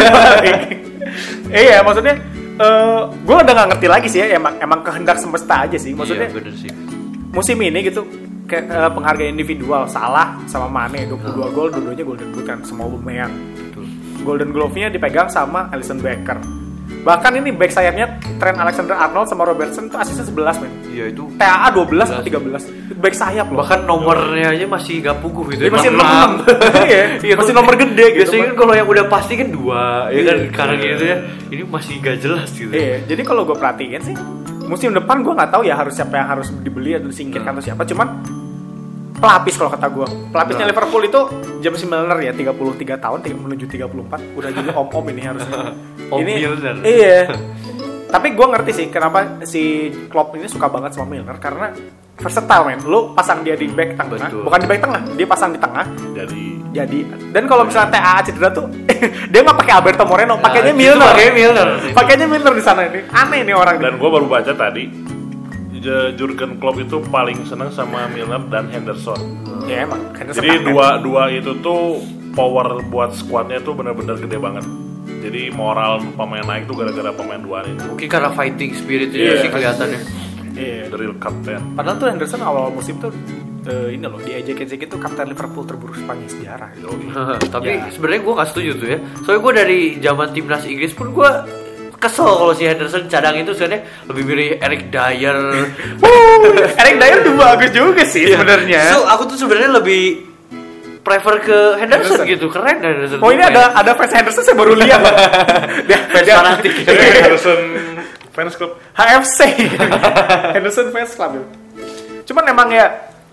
Speaker 1: Iya, maksudnya eh gue udah nggak ngerti lagi sih ya, emang emang kehendak semesta aja sih. Maksudnya
Speaker 3: Iya, bener sih.
Speaker 1: musim ini gitu kayak eh, penghargaan individual Salah sama Mane dua puluh dua gol, dua-duanya Golden Boot kan, semua Aubameyang.
Speaker 3: Betul.
Speaker 1: Golden Glove-nya dipegang sama Alisson Becker. Bahkan ini back sayapnya Trent Alexander-Arnold sama Robertson tuh asisnya sebelas men.
Speaker 3: Iya itu.
Speaker 1: T A A dua belas atau tiga belas. Back sayap loh.
Speaker 3: Bahkan nomornya aja masih gak puguh gitu.
Speaker 1: Dia masih
Speaker 3: Emang
Speaker 1: enam. Iya,
Speaker 3: Iya,
Speaker 1: masih
Speaker 3: kalau-
Speaker 1: nomor gede gitu.
Speaker 3: Biasanya kan kalau yang udah pasti kan dua, ya kan
Speaker 1: Iya.
Speaker 3: sekarang gitu ya. Ini masih gak jelas gitu.
Speaker 1: Iya, jadi kalau gue perhatiin sih musim depan gue nggak tahu ya harus siapa yang harus dibeli atau disingkirkan
Speaker 3: Hmm.
Speaker 1: atau siapa. Cuman pelapis kalau kata gue. Pelapisnya
Speaker 3: Nah.
Speaker 1: Liverpool itu James Milner ya tiga puluh tiga tahun tiga- menuju tiga puluh empat udah jadi om-om ini harusnya.
Speaker 3: Om
Speaker 1: ini
Speaker 3: Milner.
Speaker 1: Iya. Tapi gue ngerti sih kenapa si Klopp ini suka banget sama Milner karena versatile men. Lu pasang dia di back tengah,
Speaker 3: Betul.
Speaker 1: bukan di back tengah, dia pasang di tengah.
Speaker 2: Jadi
Speaker 1: Jadi dan kalau misalnya T A A cedera tuh dia nggak pakai Alberto Moreno, pakainya
Speaker 3: Nah,
Speaker 1: Milner.
Speaker 3: itu pakainya Milner.
Speaker 1: Pakainya Milner di sana ini. Aneh nih orang.
Speaker 2: dan gue baru baca tadi J- Jurgen Klopp itu paling senang sama Milner dan Henderson.
Speaker 1: Ya emang. Henderson
Speaker 2: Jadi
Speaker 1: kapten.
Speaker 2: dua dua itu tuh power buat squadnya tuh benar-benar gede banget. Jadi moral pemain naik tuh gara-gara pemain dua ini.
Speaker 3: Mungkin karena fighting spirit
Speaker 1: Iya.
Speaker 3: sih kelihatannya.
Speaker 1: Iya.
Speaker 2: The real captain.
Speaker 1: Padahal tuh Henderson awal musim tuh eh, ini loh diejek-ejek itu kapten Liverpool terburuk sepanjang sejarah.
Speaker 2: Yoi.
Speaker 3: Tapi
Speaker 1: Ya.
Speaker 3: sebenarnya gue nggak setuju tuh ya. Soalnya gue dari zaman timnas Inggris pun gue kesel kalau si Henderson cadang itu sebenarnya lebih milih Eric Dyer.
Speaker 1: Eric Dyer juga bagus juga sih sebenarnya.
Speaker 3: So aku tuh sebenarnya lebih prefer ke Henderson,
Speaker 1: Henderson.
Speaker 3: gitu, keren Henderson.
Speaker 1: Oh ini ada ada fans Henderson saya baru lihat. loh. Dia
Speaker 3: fans
Speaker 1: dia-
Speaker 3: fanatik.
Speaker 2: Jadi Henderson fans club.
Speaker 1: H F C Henderson Fans Club ya. Cuman emang ya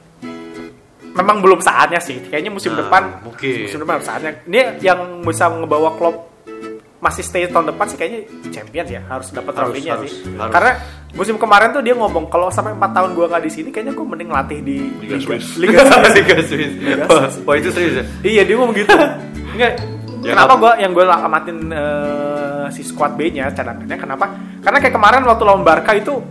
Speaker 1: memang belum saatnya sih. Kayaknya musim
Speaker 3: Nah,
Speaker 1: depan
Speaker 3: mungkin.
Speaker 1: musim depan saatnya. Ini yang bisa ngebawa Klopp masih stay tahun depan sih kayaknya Champions ya, harus dapat
Speaker 3: Harus,
Speaker 1: trofinya
Speaker 3: harus,
Speaker 1: sih.
Speaker 3: harus.
Speaker 1: Karena musim kemarin tuh dia ngomong kalau sampai empat tahun gua nggak di sini kayaknya gua mending latih di
Speaker 2: Liga Swiss.
Speaker 1: Liga Swiss.
Speaker 3: Liga Swiss.
Speaker 1: Liga
Speaker 3: Wah,
Speaker 1: Swiss.
Speaker 3: wah, itu serius ya.
Speaker 1: Iya dia ngomong gitu. Enggak.
Speaker 3: Ya,
Speaker 1: kenapa
Speaker 3: kenapa?
Speaker 1: gua yang gue amatin eh, si squad B-nya cadangannya kenapa? Karena kayak kemarin waktu lawan Barca itu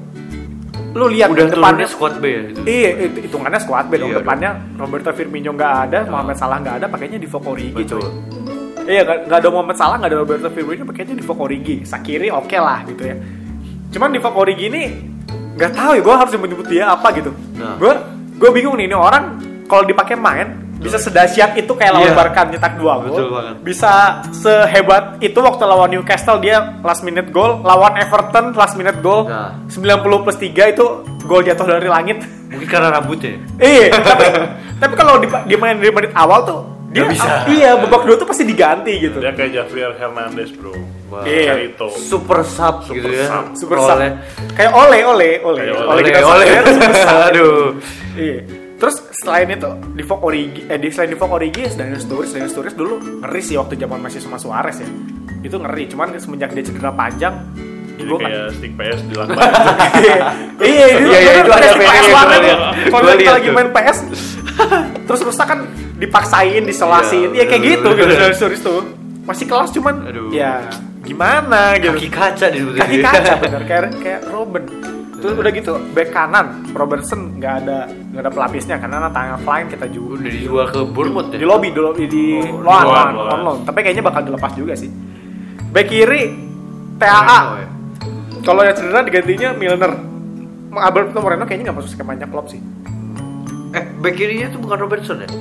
Speaker 1: lu lihat
Speaker 3: Udah
Speaker 1: depannya
Speaker 3: turunnya squad B ya itu.
Speaker 1: Iya, itu hitungannya squad B dong.
Speaker 3: Iya,
Speaker 1: Depannya Roberto Firmino nggak ada, Mohamed Salah nggak ada, pakainya di Origi
Speaker 3: Betul.
Speaker 1: coy. Iya, nggak nggak ada Mohamed Salah, nggak ada Roberto Firmino, pakainya di Origi. Sakiri oke lah gitu ya. Cuman di Origi ini nggak tahu ya, gue harus menyebut dia apa gitu.
Speaker 3: Nah.
Speaker 1: Gue gue bingung nih, ini orang kalau dipakai main bisa sedahsyat itu kayak lawan
Speaker 3: Iya.
Speaker 1: Barca nyetak dua gol.
Speaker 3: Betul banget.
Speaker 1: Bisa sehebat itu waktu lawan Newcastle dia last minute goal, lawan Everton last minute goal.
Speaker 3: Nah.
Speaker 1: sembilan puluh plus tiga itu gol jatuh dari langit.
Speaker 3: Mungkin karena rambutnya.
Speaker 1: Iya, tapi tapi kalau di, di main di menit awal tuh dia
Speaker 3: Nggak bisa.
Speaker 1: Iya, babak dua tuh pasti diganti gitu.
Speaker 2: Dia kayak Javier Hernandez bro.
Speaker 3: Wah.
Speaker 1: Iya.
Speaker 2: Kayak itu.
Speaker 3: Super sub
Speaker 2: Super
Speaker 3: gitu ya.
Speaker 2: sub.
Speaker 1: Super sub.
Speaker 3: Role-nya.
Speaker 1: Kayak ole ole ole.
Speaker 2: Kayak
Speaker 3: Oleh
Speaker 1: kita
Speaker 3: oleh.
Speaker 1: sampein, super sub.
Speaker 3: Aduh.
Speaker 1: Iya. Terus selain itu di Fok Origi, eh di selain di Fok Origi, Daniel Sturridge, Daniel Sturridge dulu ngeri sih waktu zaman masih sama Suarez ya. Itu ngeri, cuman semenjak dia cedera panjang,
Speaker 2: Jadi
Speaker 1: gua nggak-
Speaker 2: kayak stick P S di lakban.
Speaker 1: Iya, iya, itu,
Speaker 3: Iya, iya, itu ada
Speaker 1: P S
Speaker 3: video,
Speaker 1: banget.
Speaker 3: gua liat.
Speaker 1: Kalau
Speaker 3: Gua
Speaker 1: kita
Speaker 3: liat
Speaker 1: lagi
Speaker 3: tuh.
Speaker 1: main P S, terus rusak kan dipaksain, diselasin,
Speaker 3: Iya,
Speaker 1: ya kayak gitu
Speaker 3: bener,
Speaker 1: gitu.
Speaker 3: bener.
Speaker 1: Daniel Sturridge tuh masih kelas cuman,
Speaker 3: Aduh.
Speaker 1: ya gimana gitu.
Speaker 3: Kaki kaca disebutnya.
Speaker 1: Kaki kaca bener, kayak kayak Robin. Terus udah gitu back kanan Robertson nggak ada nggak ada pelapisnya karena Nathaniel Klein kita juga
Speaker 3: Udah dijual ke Bournemouth
Speaker 1: di
Speaker 3: ya.
Speaker 1: lobby di lobby di
Speaker 3: Oh,
Speaker 1: loan,
Speaker 2: loan,
Speaker 1: loan,
Speaker 2: loan.
Speaker 1: on loan. Tapi kayaknya bakal dilepas juga sih. Back kiri T A A.
Speaker 3: Moreno ya.
Speaker 1: Kalau yang cedera digantinya Milner. Alberto Moreno kayaknya nggak masuk skemanya Klopp sih.
Speaker 3: Eh, back kirinya tuh bukan Robertson ya?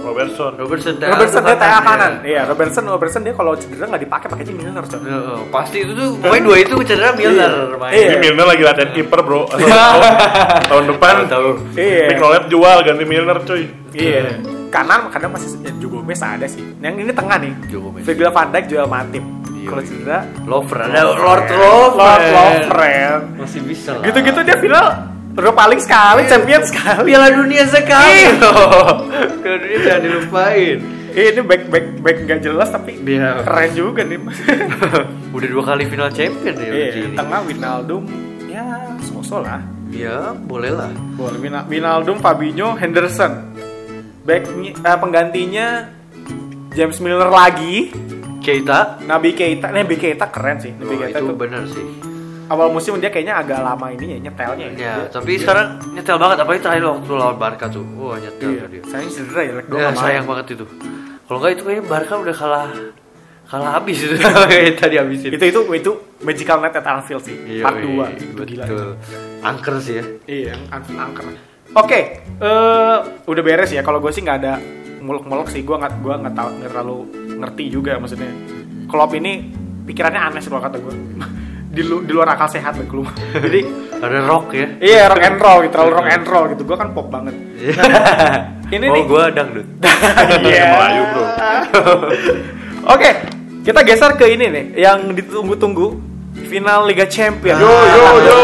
Speaker 2: Robertson.
Speaker 3: Robertson,
Speaker 1: Robertson dia tengah kanan.
Speaker 3: ya.
Speaker 1: Iya, Robertson Robertson dia kalau cedera nggak dipakai, pakainya Milner coy.
Speaker 3: Uh, pasti itu tuh pokoknya dua itu cedera Milner main.
Speaker 1: Iya.
Speaker 2: Ini Milner lagi latihan kiper bro. Asal tahu, tahun depan
Speaker 3: Tahu.
Speaker 1: Iya.
Speaker 2: Mignolet jual ganti Milner cuy.
Speaker 1: Iya. Kanan kadang masih ya, Joe Gomez ada sih. Yang ini tengah nih.
Speaker 3: Joe Gomez.
Speaker 1: Virgil van Dijk jual Matip.
Speaker 3: Iya,
Speaker 1: Kalau
Speaker 3: iya.
Speaker 1: cedera
Speaker 3: Lover ada Lord
Speaker 1: Lord
Speaker 3: Lover.
Speaker 1: Lovren.
Speaker 3: Masih bisa lah.
Speaker 1: Gitu-gitu dia final Europa League sekali, Champions sekali.
Speaker 3: Piala dunia sekali
Speaker 1: Iya.
Speaker 3: loh. Piala dunia jangan dilupain.
Speaker 1: Eh, ini back back back nggak jelas tapi
Speaker 3: Iya.
Speaker 1: keren juga nih.
Speaker 3: Udah dua kali final champion ya
Speaker 1: Iya,
Speaker 3: ini.
Speaker 1: tengah Wijnaldum ya sosok lah.
Speaker 3: Ya boleh lah.
Speaker 1: Boleh Wina- Wijnaldum, Fabinho, Henderson. Back eh, penggantinya James Milner lagi,
Speaker 3: Keita.
Speaker 1: Naby Keita. Naby Keita keren sih. Naby
Speaker 3: Oh,
Speaker 1: Keita
Speaker 3: itu
Speaker 1: tuh
Speaker 3: benar sih.
Speaker 1: awal musim dia kayaknya agak lama ini ya nyetelnya ya.
Speaker 3: Ya,
Speaker 1: Dia-
Speaker 3: tapi sekarang nyetel banget apalagi terakhir waktu lawan Barca tuh. Wah, nyetel
Speaker 1: iya,
Speaker 3: tuh dia.
Speaker 1: sayang cedera ya, leg doang
Speaker 3: Ya,
Speaker 1: nggak
Speaker 3: sayang
Speaker 1: main.
Speaker 3: banget itu. Kalau enggak itu kayaknya Barca udah kalah kalah habis itu kayak tadi habisin.
Speaker 1: Itu itu itu Magical Night at Anfield sih.
Speaker 3: Iya,
Speaker 1: Part
Speaker 3: wih,
Speaker 1: dua. Itu gila.
Speaker 3: betul. Angker sih ya.
Speaker 1: Iya, Anfield angker. Oke, eh udah beres ya. Kalau gue sih nggak ada muluk-muluk sih. Gue nggak gue nggak tahu nggak terlalu ngerti juga maksudnya. Klopp ini pikirannya aneh sih kalau kata gue. di, lu, di luar akal sehat lah keluar. Jadi
Speaker 3: Ada rock ya.
Speaker 1: iya rock and roll gitu, terlalu rock and roll gitu. Gue kan pop banget. Ini
Speaker 3: oh,
Speaker 1: nih.
Speaker 3: gua dangdut.
Speaker 1: Iya.
Speaker 2: Melayu, bro.
Speaker 1: Oke, kita geser ke ini nih, yang ditunggu-tunggu final Liga Champions.
Speaker 2: Yo, yo, yo.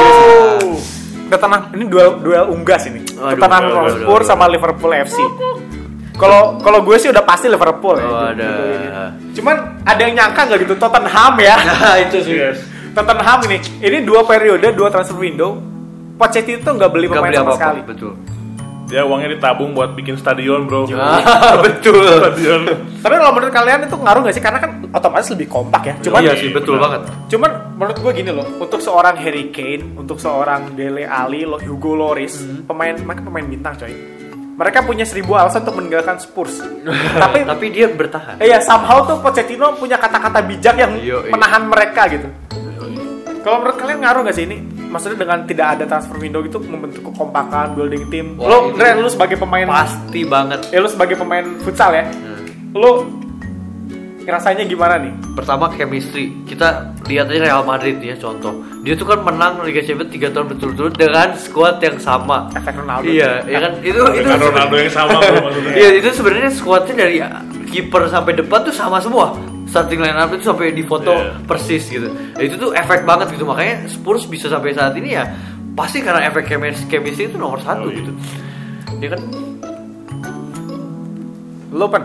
Speaker 1: Tottenham ini duel duel unggas ini.
Speaker 3: Waduh,
Speaker 1: Tottenham
Speaker 3: waduh,
Speaker 1: Hotspur
Speaker 3: waduh,
Speaker 1: sama Liverpool F C. Kalau kalau gue sih udah pasti Liverpool ya.
Speaker 3: Oh, ada.
Speaker 1: Cuman ada yang nyangka nggak gitu Tottenham ya.
Speaker 3: Nah, itu sih.
Speaker 2: Yes.
Speaker 1: Tottenham ini, ini dua periode, dua transfer window. Pochettino tuh nggak beli
Speaker 3: Nggak
Speaker 1: pemain
Speaker 3: beli
Speaker 1: sama
Speaker 3: apa-apa,
Speaker 1: sekali.
Speaker 3: betul.
Speaker 2: Dia uangnya ditabung buat bikin stadion bro.
Speaker 3: Ah, betul.
Speaker 2: Stadion.
Speaker 1: Tapi kalau menurut kalian itu ngaruh nggak sih? Karena kan otomatis lebih kompak ya. Cuman
Speaker 3: Iya sih, betul banget.
Speaker 1: Cuman menurut gue gini loh, untuk seorang Harry Kane, untuk seorang Dele Alli, lo- Hugo Lloris,
Speaker 3: Hmm.
Speaker 1: pemain mereka pemain bintang coy. Mereka punya seribu alasan untuk meninggalkan Spurs. Tapi
Speaker 3: Tapi dia bertahan.
Speaker 1: iya somehow tuh Pochettino punya kata-kata bijak yang
Speaker 3: Iya, iya.
Speaker 1: menahan mereka gitu. Kalau menurut kalian ngaruh nggak sih ini? Maksudnya dengan tidak ada transfer window itu membentuk kekompakan, building team.
Speaker 3: Wah,
Speaker 1: Lo,
Speaker 3: itu
Speaker 1: Ren, lu sebagai pemain,
Speaker 3: Pasti banget.
Speaker 1: ya lu sebagai pemain futsal ya, lo rasanya gimana nih?
Speaker 3: Pertama chemistry. Kita lihat aja Real Madrid ya contoh. Dia tuh kan menang Liga Champions tiga tahun berturut-turut dengan skuad yang sama.
Speaker 1: Efek Ronaldo.
Speaker 3: Iya, ya kan itu itu
Speaker 2: Dengan Ronaldo yang sama bro maksudnya.
Speaker 3: Iya, itu sebenarnya skuadnya dari kiper sampai depan tuh sama semua. Starting line up itu sampai di foto
Speaker 2: Yeah.
Speaker 3: persis gitu. Nah, itu tuh efek banget gitu. Makanya Spurs bisa sampai saat ini ya pasti karena efek chemis- chemistry itu nomor satu
Speaker 2: Oh, iya.
Speaker 3: gitu. Dia kan
Speaker 1: Lo pen?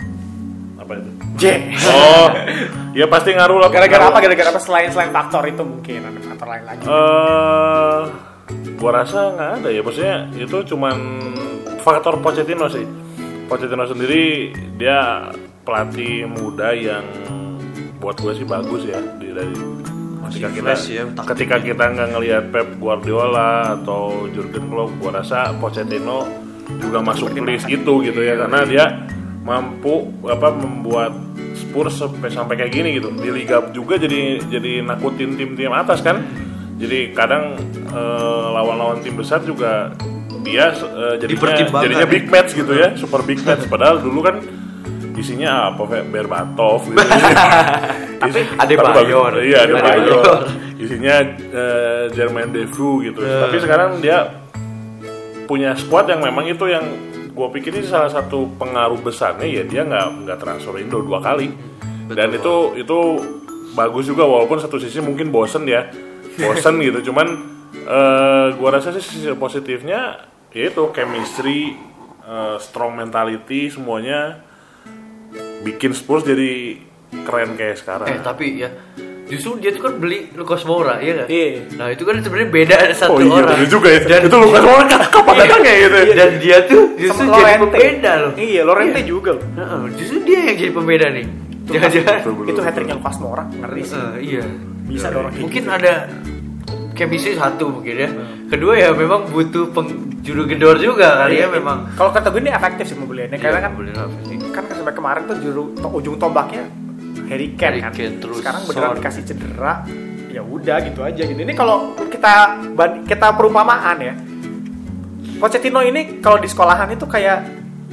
Speaker 2: Apa itu?
Speaker 1: J.
Speaker 2: Oh, ya pasti ngaruh lah.
Speaker 1: Gara-gara
Speaker 2: Ngaruh.
Speaker 1: apa? Gara-gara apa selain selain faktor itu mungkin ada faktor lain lagi.
Speaker 2: Eh, gua rasa nggak ada ya. Maksudnya itu cuman faktor Pochettino sih. Pochettino sendiri dia pelatih muda yang buat gue sih bagus ya di dari ketika kita
Speaker 3: fresh ya,
Speaker 2: ketika kita nggak ngelihat Pep Guardiola atau Jurgen Klopp, gue rasa Pochettino juga masuk list itu gitu ya karena dia mampu apa membuat Spurs sampai sampai kayak gini gitu di Liga juga jadi jadi nakutin tim-tim atas kan. Jadi kadang eh, lawan-lawan tim besar juga dia eh, jadinya
Speaker 3: Dipertimbangkan
Speaker 2: jadinya
Speaker 3: ya.
Speaker 2: big match gitu ya, super big match padahal dulu kan isinya apa kayak Berbatov gitu.
Speaker 1: Tapi
Speaker 3: ada Bayor.
Speaker 2: Iya, ada
Speaker 3: Ada
Speaker 2: Bayor.
Speaker 3: Bayor.
Speaker 2: Isinya uh, Jermain Defoe gitu. Tapi sekarang dia punya squad yang memang itu yang gue pikir ini salah satu pengaruh besarnya ya dia nggak nggak transfer Indo dua kali. Dan itu itu bagus juga walaupun satu sisi mungkin bosen ya. Bosen gitu. Cuman uh, gue rasa sih sisi positifnya yaitu chemistry, uh, strong mentality semuanya bikin Spurs jadi keren kayak sekarang.
Speaker 3: eh tapi ya justru dia tuh kan beli Lucas Moura, iya kan?
Speaker 1: Iya.
Speaker 3: Nah itu kan sebenarnya beda ada satu
Speaker 2: Oh iya
Speaker 3: orang.
Speaker 2: bener juga ya.
Speaker 3: Dan
Speaker 2: itu Lucas Moura kapan datangnya gitu ya.
Speaker 3: Dan dia tuh justru
Speaker 1: Sama
Speaker 3: jadi
Speaker 1: Lorente.
Speaker 3: pembeda loh.
Speaker 1: Iya, Lorente
Speaker 3: Iya.
Speaker 1: juga loh.
Speaker 3: Heeh, justru dia yang jadi pembeda nih. Jangan-jangan.
Speaker 1: Itu hat-tricknya Lucas Moura ngeri sih.
Speaker 3: Eh, iya.
Speaker 1: Bisa dorong kayak
Speaker 3: Mungkin
Speaker 1: gitu.
Speaker 3: ada chemistry satu mungkin ya. Kedua ya memang butuh penjuru gedor juga kali ya
Speaker 1: Iya,
Speaker 3: memang.
Speaker 1: Kalau kata gue ini efektif sih pembeliannya karena kan
Speaker 3: Boleh apa sih?
Speaker 1: kan sampai kemarin tuh juru to, ujung tombaknya Harry Kane
Speaker 3: Harry
Speaker 1: kan.
Speaker 3: Kane, terus
Speaker 1: Sekarang beneran
Speaker 3: Son.
Speaker 1: dikasih cedera. Ya udah gitu aja gitu. Ini kalau kita band- kita perumpamaan ya. Pochettino ini kalau di sekolahan itu kayak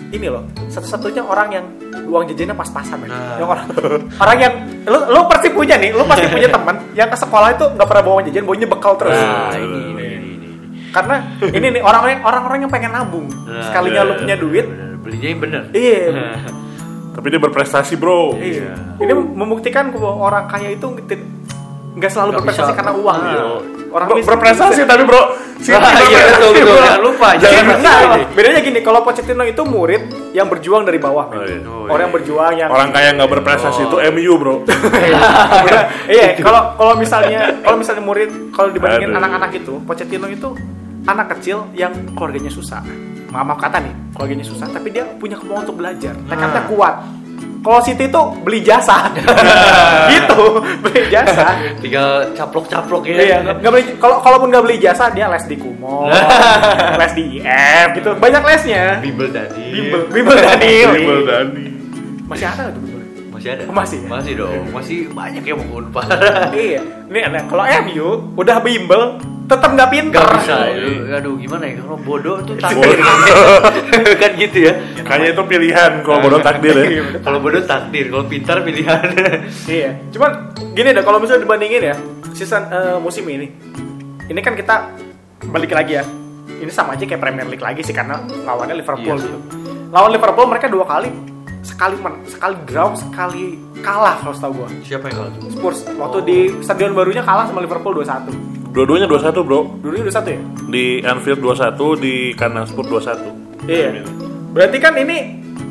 Speaker 1: ini loh, satu-satunya orang yang uang jajannya pas-pasan men.
Speaker 3: Nah.
Speaker 1: Yang orang orang yang lu lu pasti punya nih, lu pasti punya teman yang ke sekolah itu nggak pernah bawa uang jajan, bawanya bekal terus.
Speaker 3: Nah, ini, ini, ini, ini.
Speaker 1: Karena ini nih orang-orang orang-orang yang pengen nabung.
Speaker 3: Nah,
Speaker 1: Sekalinya
Speaker 2: iya,
Speaker 1: lu punya duit,
Speaker 3: Bener, belinya yang bener.
Speaker 1: iya.
Speaker 2: Tapi dia berprestasi bro.
Speaker 1: Iya. Ini membuktikan bahwa orang kaya itu nggak selalu
Speaker 3: Nggak
Speaker 1: berprestasi
Speaker 3: bisa.
Speaker 1: karena uang.
Speaker 2: Iya.
Speaker 1: Orang
Speaker 2: Ber-
Speaker 1: miskin
Speaker 2: berprestasi tapi bro. Si
Speaker 3: Nah, iya betul betul. Jangan lupa.
Speaker 1: Jadi
Speaker 3: Jangan
Speaker 1: benar.
Speaker 3: lupa.
Speaker 1: Bedanya gini, kalau Pochettino itu murid yang berjuang dari bawah.
Speaker 2: Oh, iya.
Speaker 3: Oh,
Speaker 1: Orang yang berjuang yang
Speaker 2: Orang kaya nggak berprestasi itu M U bro.
Speaker 1: Bener. Iya, kalau kalau misalnya kalau misalnya murid kalau dibandingin
Speaker 2: Aduh.
Speaker 1: anak-anak itu, Pochettino itu anak kecil yang keluarganya susah. Maaf maaf kata nih, keluarganya susah tapi dia punya kemauan untuk belajar. Tekadnya kuat. Kalau City itu beli jasa. Gitu, beli jasa.
Speaker 3: Tinggal caplok-caplok ya.
Speaker 1: Iya, nggak beli kalau kalaupun nggak beli jasa dia les di Kumon, les di I F gitu. Banyak lesnya.
Speaker 3: Bimbel tadi.
Speaker 1: Bimbel, bimbel Daniel.
Speaker 2: Bimbel Dani.
Speaker 1: Masih ada nggak tuh bimbel?
Speaker 3: Masih ada?
Speaker 1: Masih ya?
Speaker 3: Masih dong. Masih banyak yang mau unpar.
Speaker 1: Iya. Ini aneh. Kalau M U udah bimbel, tetap nggak pinter.
Speaker 3: Gak bisa.
Speaker 2: Iya.
Speaker 3: Aduh, gimana ya? Kalau bodoh tuh takdir kan, kan gitu ya.
Speaker 2: Kayaknya itu pilihan kalau bodoh takdir ya.
Speaker 3: Kalau bodoh takdir, kalau pintar pilihan.
Speaker 1: Iya. Cuman gini deh, kalau misalnya dibandingin ya season eh, musim ini, ini kan kita balik lagi ya. Ini sama aja kayak Premier League lagi sih karena lawannya Liverpool
Speaker 3: Iya.
Speaker 1: gitu. Lawan Liverpool mereka dua kali sekali men, sekali draw, sekali kalah kalau setahu gua.
Speaker 3: Siapa yang kalah tuh?
Speaker 1: Spurs waktu di stadion barunya kalah sama Liverpool dua satu.
Speaker 2: Dua-duanya dua satu bro.
Speaker 1: Dulu dua satu ya?
Speaker 2: Di Anfield dua satu, di kandang Spurs dua satu.
Speaker 1: Iya. Berarti kan ini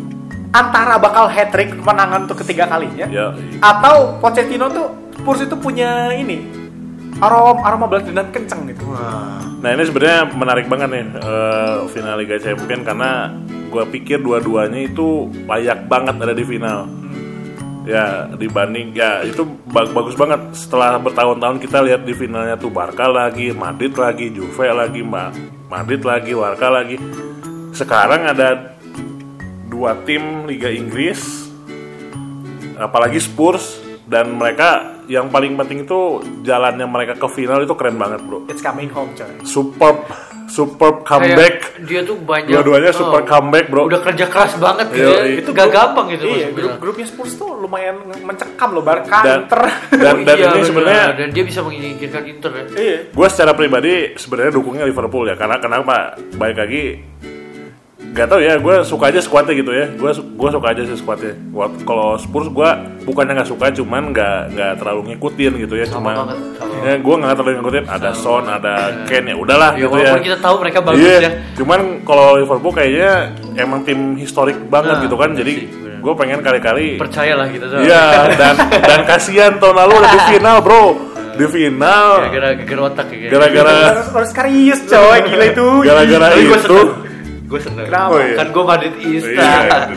Speaker 1: antara bakal hat-trick kemenangan untuk ketiga kalinya
Speaker 2: Ya.
Speaker 1: atau Pochettino tuh Spurs itu punya ini aroma aroma balas dendam kenceng gitu.
Speaker 2: Nah ini sebenarnya menarik banget nih eh, final Liga Champions karena gue pikir dua-duanya itu layak banget ada di final. Ya dibanding ya itu bag- bagus banget setelah bertahun-tahun kita lihat di finalnya tuh Barca lagi, Madrid lagi, Juve lagi, Ma- Madrid lagi, Barca lagi. Sekarang ada dua tim Liga Inggris, apalagi Spurs, dan mereka yang paling penting itu jalannya mereka ke final itu keren banget bro.
Speaker 1: It's coming home coy.
Speaker 2: Superb, superb comeback.
Speaker 3: Kayak dia tuh banyak.
Speaker 2: Dua-duanya super comeback bro.
Speaker 3: Udah kerja keras banget gitu.
Speaker 2: Iya,
Speaker 3: Ya.
Speaker 2: iya.
Speaker 3: Itu gak gampang gitu.
Speaker 1: Iya,
Speaker 3: masuk
Speaker 1: grup
Speaker 3: final.
Speaker 1: grupnya Spurs tuh lumayan mencekam loh, Barca,
Speaker 2: Dan-
Speaker 1: Inter.
Speaker 2: dan
Speaker 3: Oh,
Speaker 2: dan
Speaker 3: iya,
Speaker 2: ini
Speaker 3: bener.
Speaker 2: sebenarnya
Speaker 3: dan dia bisa menyingkirkan Inter ya.
Speaker 1: Iya.
Speaker 2: gue secara pribadi sebenarnya dukungnya Liverpool ya karena kenapa baik lagi gak tau ya, gue suka aja skuadnya gitu ya, gue gue suka aja sih skuadnya. Wah, kalau Spurs gue bukannya nggak suka, cuman nggak nggak terlalu ngikutin gitu ya,
Speaker 3: Sama
Speaker 2: cuma
Speaker 3: banget, sama.
Speaker 2: ya gue nggak terlalu ngikutin. Ada Son, ada Kane, ya udahlah
Speaker 3: Ya,
Speaker 2: gitu ya.
Speaker 3: walaupun kita tahu mereka bagus
Speaker 2: Iya,
Speaker 3: ya.
Speaker 2: cuman kalau Liverpool kayaknya emang tim historik banget
Speaker 3: Nah,
Speaker 2: gitu kan, jadi
Speaker 3: sih, bener.
Speaker 2: gue pengen kali-kali.
Speaker 3: Percayalah kita tuh.
Speaker 2: Iya, dan dan kasihan tahun lalu ada di final bro, di final
Speaker 3: Gara-gara geger otak ya.
Speaker 2: gara-gara
Speaker 1: Harus harus serius coy, gila itu.
Speaker 2: gara-gara
Speaker 3: Tapi gue
Speaker 2: itu.
Speaker 3: seneng. Gue seneng.
Speaker 1: Kenapa?
Speaker 2: Oh, iya.
Speaker 3: Kan gue Madridista.
Speaker 2: Iya,